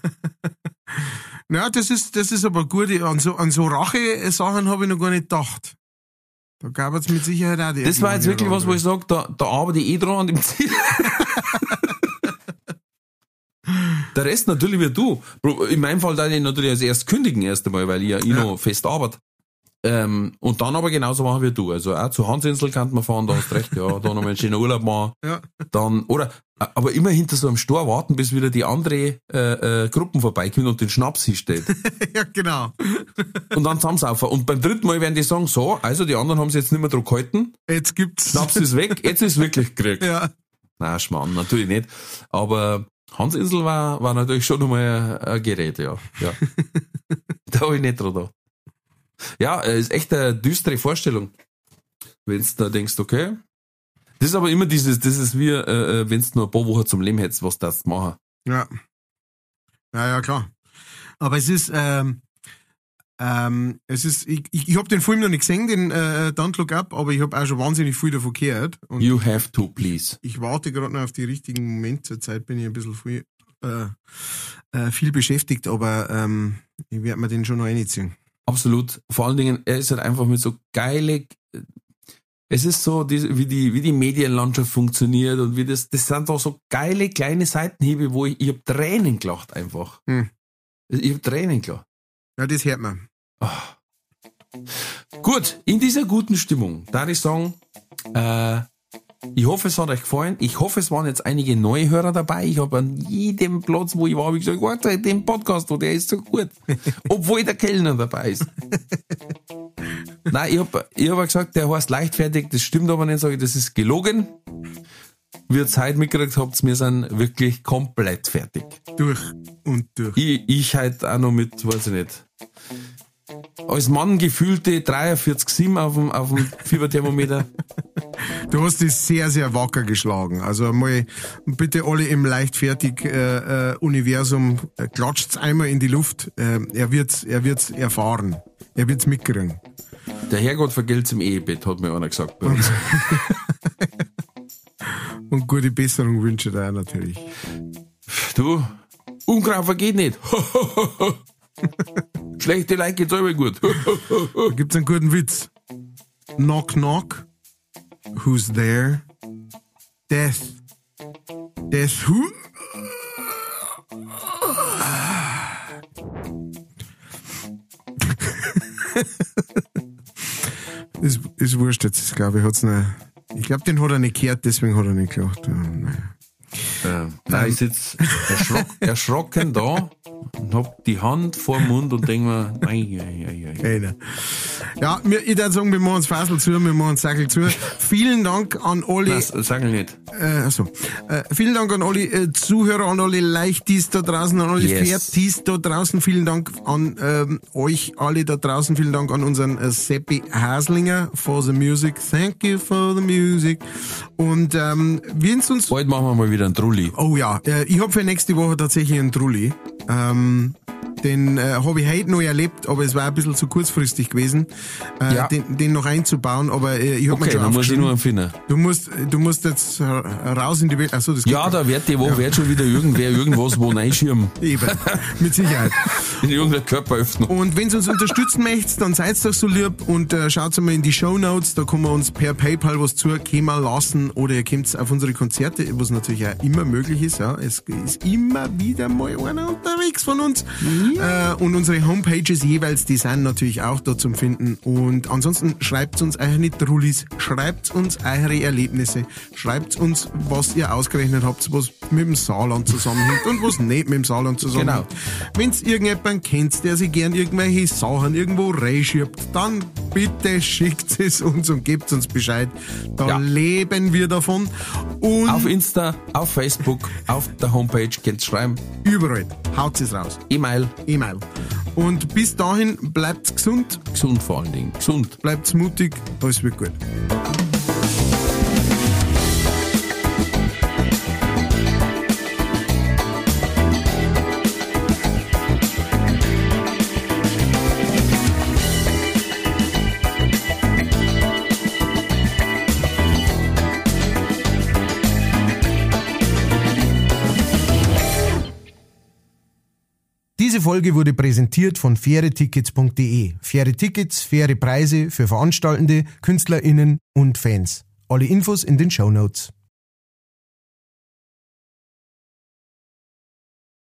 ja, das ist aber gut. An so Rache-Sachen habe ich noch gar nicht gedacht. Da gab es mit Sicherheit auch die. Das war jetzt wirklich was, wo ich sage. sage, da arbeite ich dran an dem Ziel. Der Rest natürlich wie du. In meinem Fall darf ich natürlich als erst kündigen erst einmal, weil ich noch fest arbeite. Und dann aber genauso machen wie du. Also auch zur Hansinsel kann man fahren, da hast recht, ja, da nochmal einen schönen Urlaub machen. Ja. Dann, aber immer hinter so einem Stor warten, bis wieder die andere Gruppen vorbeikommen und den Schnaps hinstellt. ja, genau. Und dann zusammensaufen. Und beim 3. Mal werden die sagen, so, also die anderen haben sich jetzt nicht mehr drauf gehalten, Jetzt gibt's. Schnaps ist weg, jetzt ist wirklich gekriegt. Ja. Nein, Schmarrn, natürlich nicht. Aber Hansinsel war natürlich schon nochmal ein Gerät, ja. Da habe ich nicht dran da. Ja, ist echt eine düstere Vorstellung. Wenn du da denkst, okay. Das ist aber immer das ist wie, wenn du nur ein paar Wochen zum Leben hättest, was das machen. Ja. Ja, klar. Aber es ist, ich habe den Film noch nicht gesehen, den Don't Look Up, aber ich habe auch schon wahnsinnig viel davon gehört. Und You have to, please. ich warte gerade noch auf die richtigen Momente. Zurzeit bin ich ein bisschen viel beschäftigt, aber ich werde mir den schon noch reinziehen. Absolut. Vor allen Dingen, er ist halt einfach mit so geile, es ist so, wie die Medienlandschaft funktioniert und wie das sind doch so geile kleine Seitenhiebe, wo ich habe Tränen gelacht einfach. Ich habe Tränen gelacht. Ja, das hört man. Gut, in dieser guten Stimmung, da ich sagen, ich hoffe, es hat euch gefallen. Ich hoffe, es waren jetzt einige neue Hörer dabei. Ich habe an jedem Platz, wo ich war, habe ich gesagt, warte, den Podcast, der ist so gut. Obwohl der Kellner dabei ist. Nein, ich hab gesagt, der heißt leichtfertig, das stimmt aber nicht, sage ich, das ist gelogen. Wie ihr Zeit mitgekriegt habt, wir sind wirklich komplett fertig. Durch und durch. Ich halt auch noch mit, weiß ich nicht, als Mann gefühlte 43,7 auf dem Fieberthermometer. Du hast es sehr, sehr wacker geschlagen. Also mal bitte alle im Leichtfertig-Universum, klatscht's einmal in die Luft. Er wird's erfahren. Er wird's mitkriegen. Der Herrgott vergelt's im Ehebett, hat mir einer gesagt bei uns. Und gute Besserung wünsche ich dir natürlich. Du, Unkraut vergeht nicht. Schlechte Leute geht's immer gut. Da gibt's einen guten Witz. Knock, knock. Who's there? Death. Death who? Ist wurscht jetzt, glaube ich. Ich glaube, den hat er nicht gehört, deswegen hat er nicht gelacht. Nein, ich sitze erschrocken da und hab die Hand vor dem Mund und denk mir, Keiner. Ja, ich würde sagen, wir machen uns Fassel zu, wir machen uns Sackel zu. Vielen Dank an alle. das sag ich nicht. Vielen Dank an alle Zuhörer, an alle Leichtis da draußen, an alle Fertis da draußen. Vielen Dank an euch alle da draußen. Vielen Dank an unseren Seppi Haslinger for the music. Thank you for the music. Und wir uns... Bald machen wir mal wieder einen Trulli. Oh ja, ich habe für nächste Woche tatsächlich einen Trulli. Den habe ich heute noch erlebt, aber es war ein bisschen zu kurzfristig gewesen, den noch einzubauen, aber ich habe mir schon dann muss ich nur einen finden. Du musst jetzt raus in die Welt. Achso, das geht da wird die Woche wird schon wieder irgendwer irgendwas wo reinschirmen. Eben, mit Sicherheit. In irgendeiner Körperöffnung. Und wenn ihr uns unterstützen möchtet, dann seid doch so lieb und schaut mal in die Shownotes, da kann man uns per PayPal was zukommen lassen oder ihr kommt auf unsere Konzerte, was natürlich auch immer möglich ist. Ja. Es ist immer wieder mal einer unterwegs von uns. Und unsere Homepages jeweils, die sind natürlich auch da zum Finden. Und ansonsten schreibt uns eure Trullis, schreibt uns eure Erlebnisse, schreibt uns, was ihr ausgerechnet habt, was mit dem Saarland zusammenhängt und was nicht mit dem Saarland zusammenhängt. Genau. Wenn ihr irgendjemanden kennt, der sich gern irgendwelche Sachen irgendwo reinschiebt, dann bitte schickt es uns und gebt uns Bescheid. Da leben wir davon. Und auf Insta, auf Facebook, auf der Homepage könnt ihr schreiben. Überall. Haut es raus. E-Mail. Und bis dahin bleibt gesund. Gesund vor allen Dingen. Gesund. Bleibt mutig. Alles wird gut. Diese Folge wurde präsentiert von fairetickets.de. Faire Tickets, faire Preise für Veranstaltende, KünstlerInnen und Fans. Alle Infos in den Shownotes.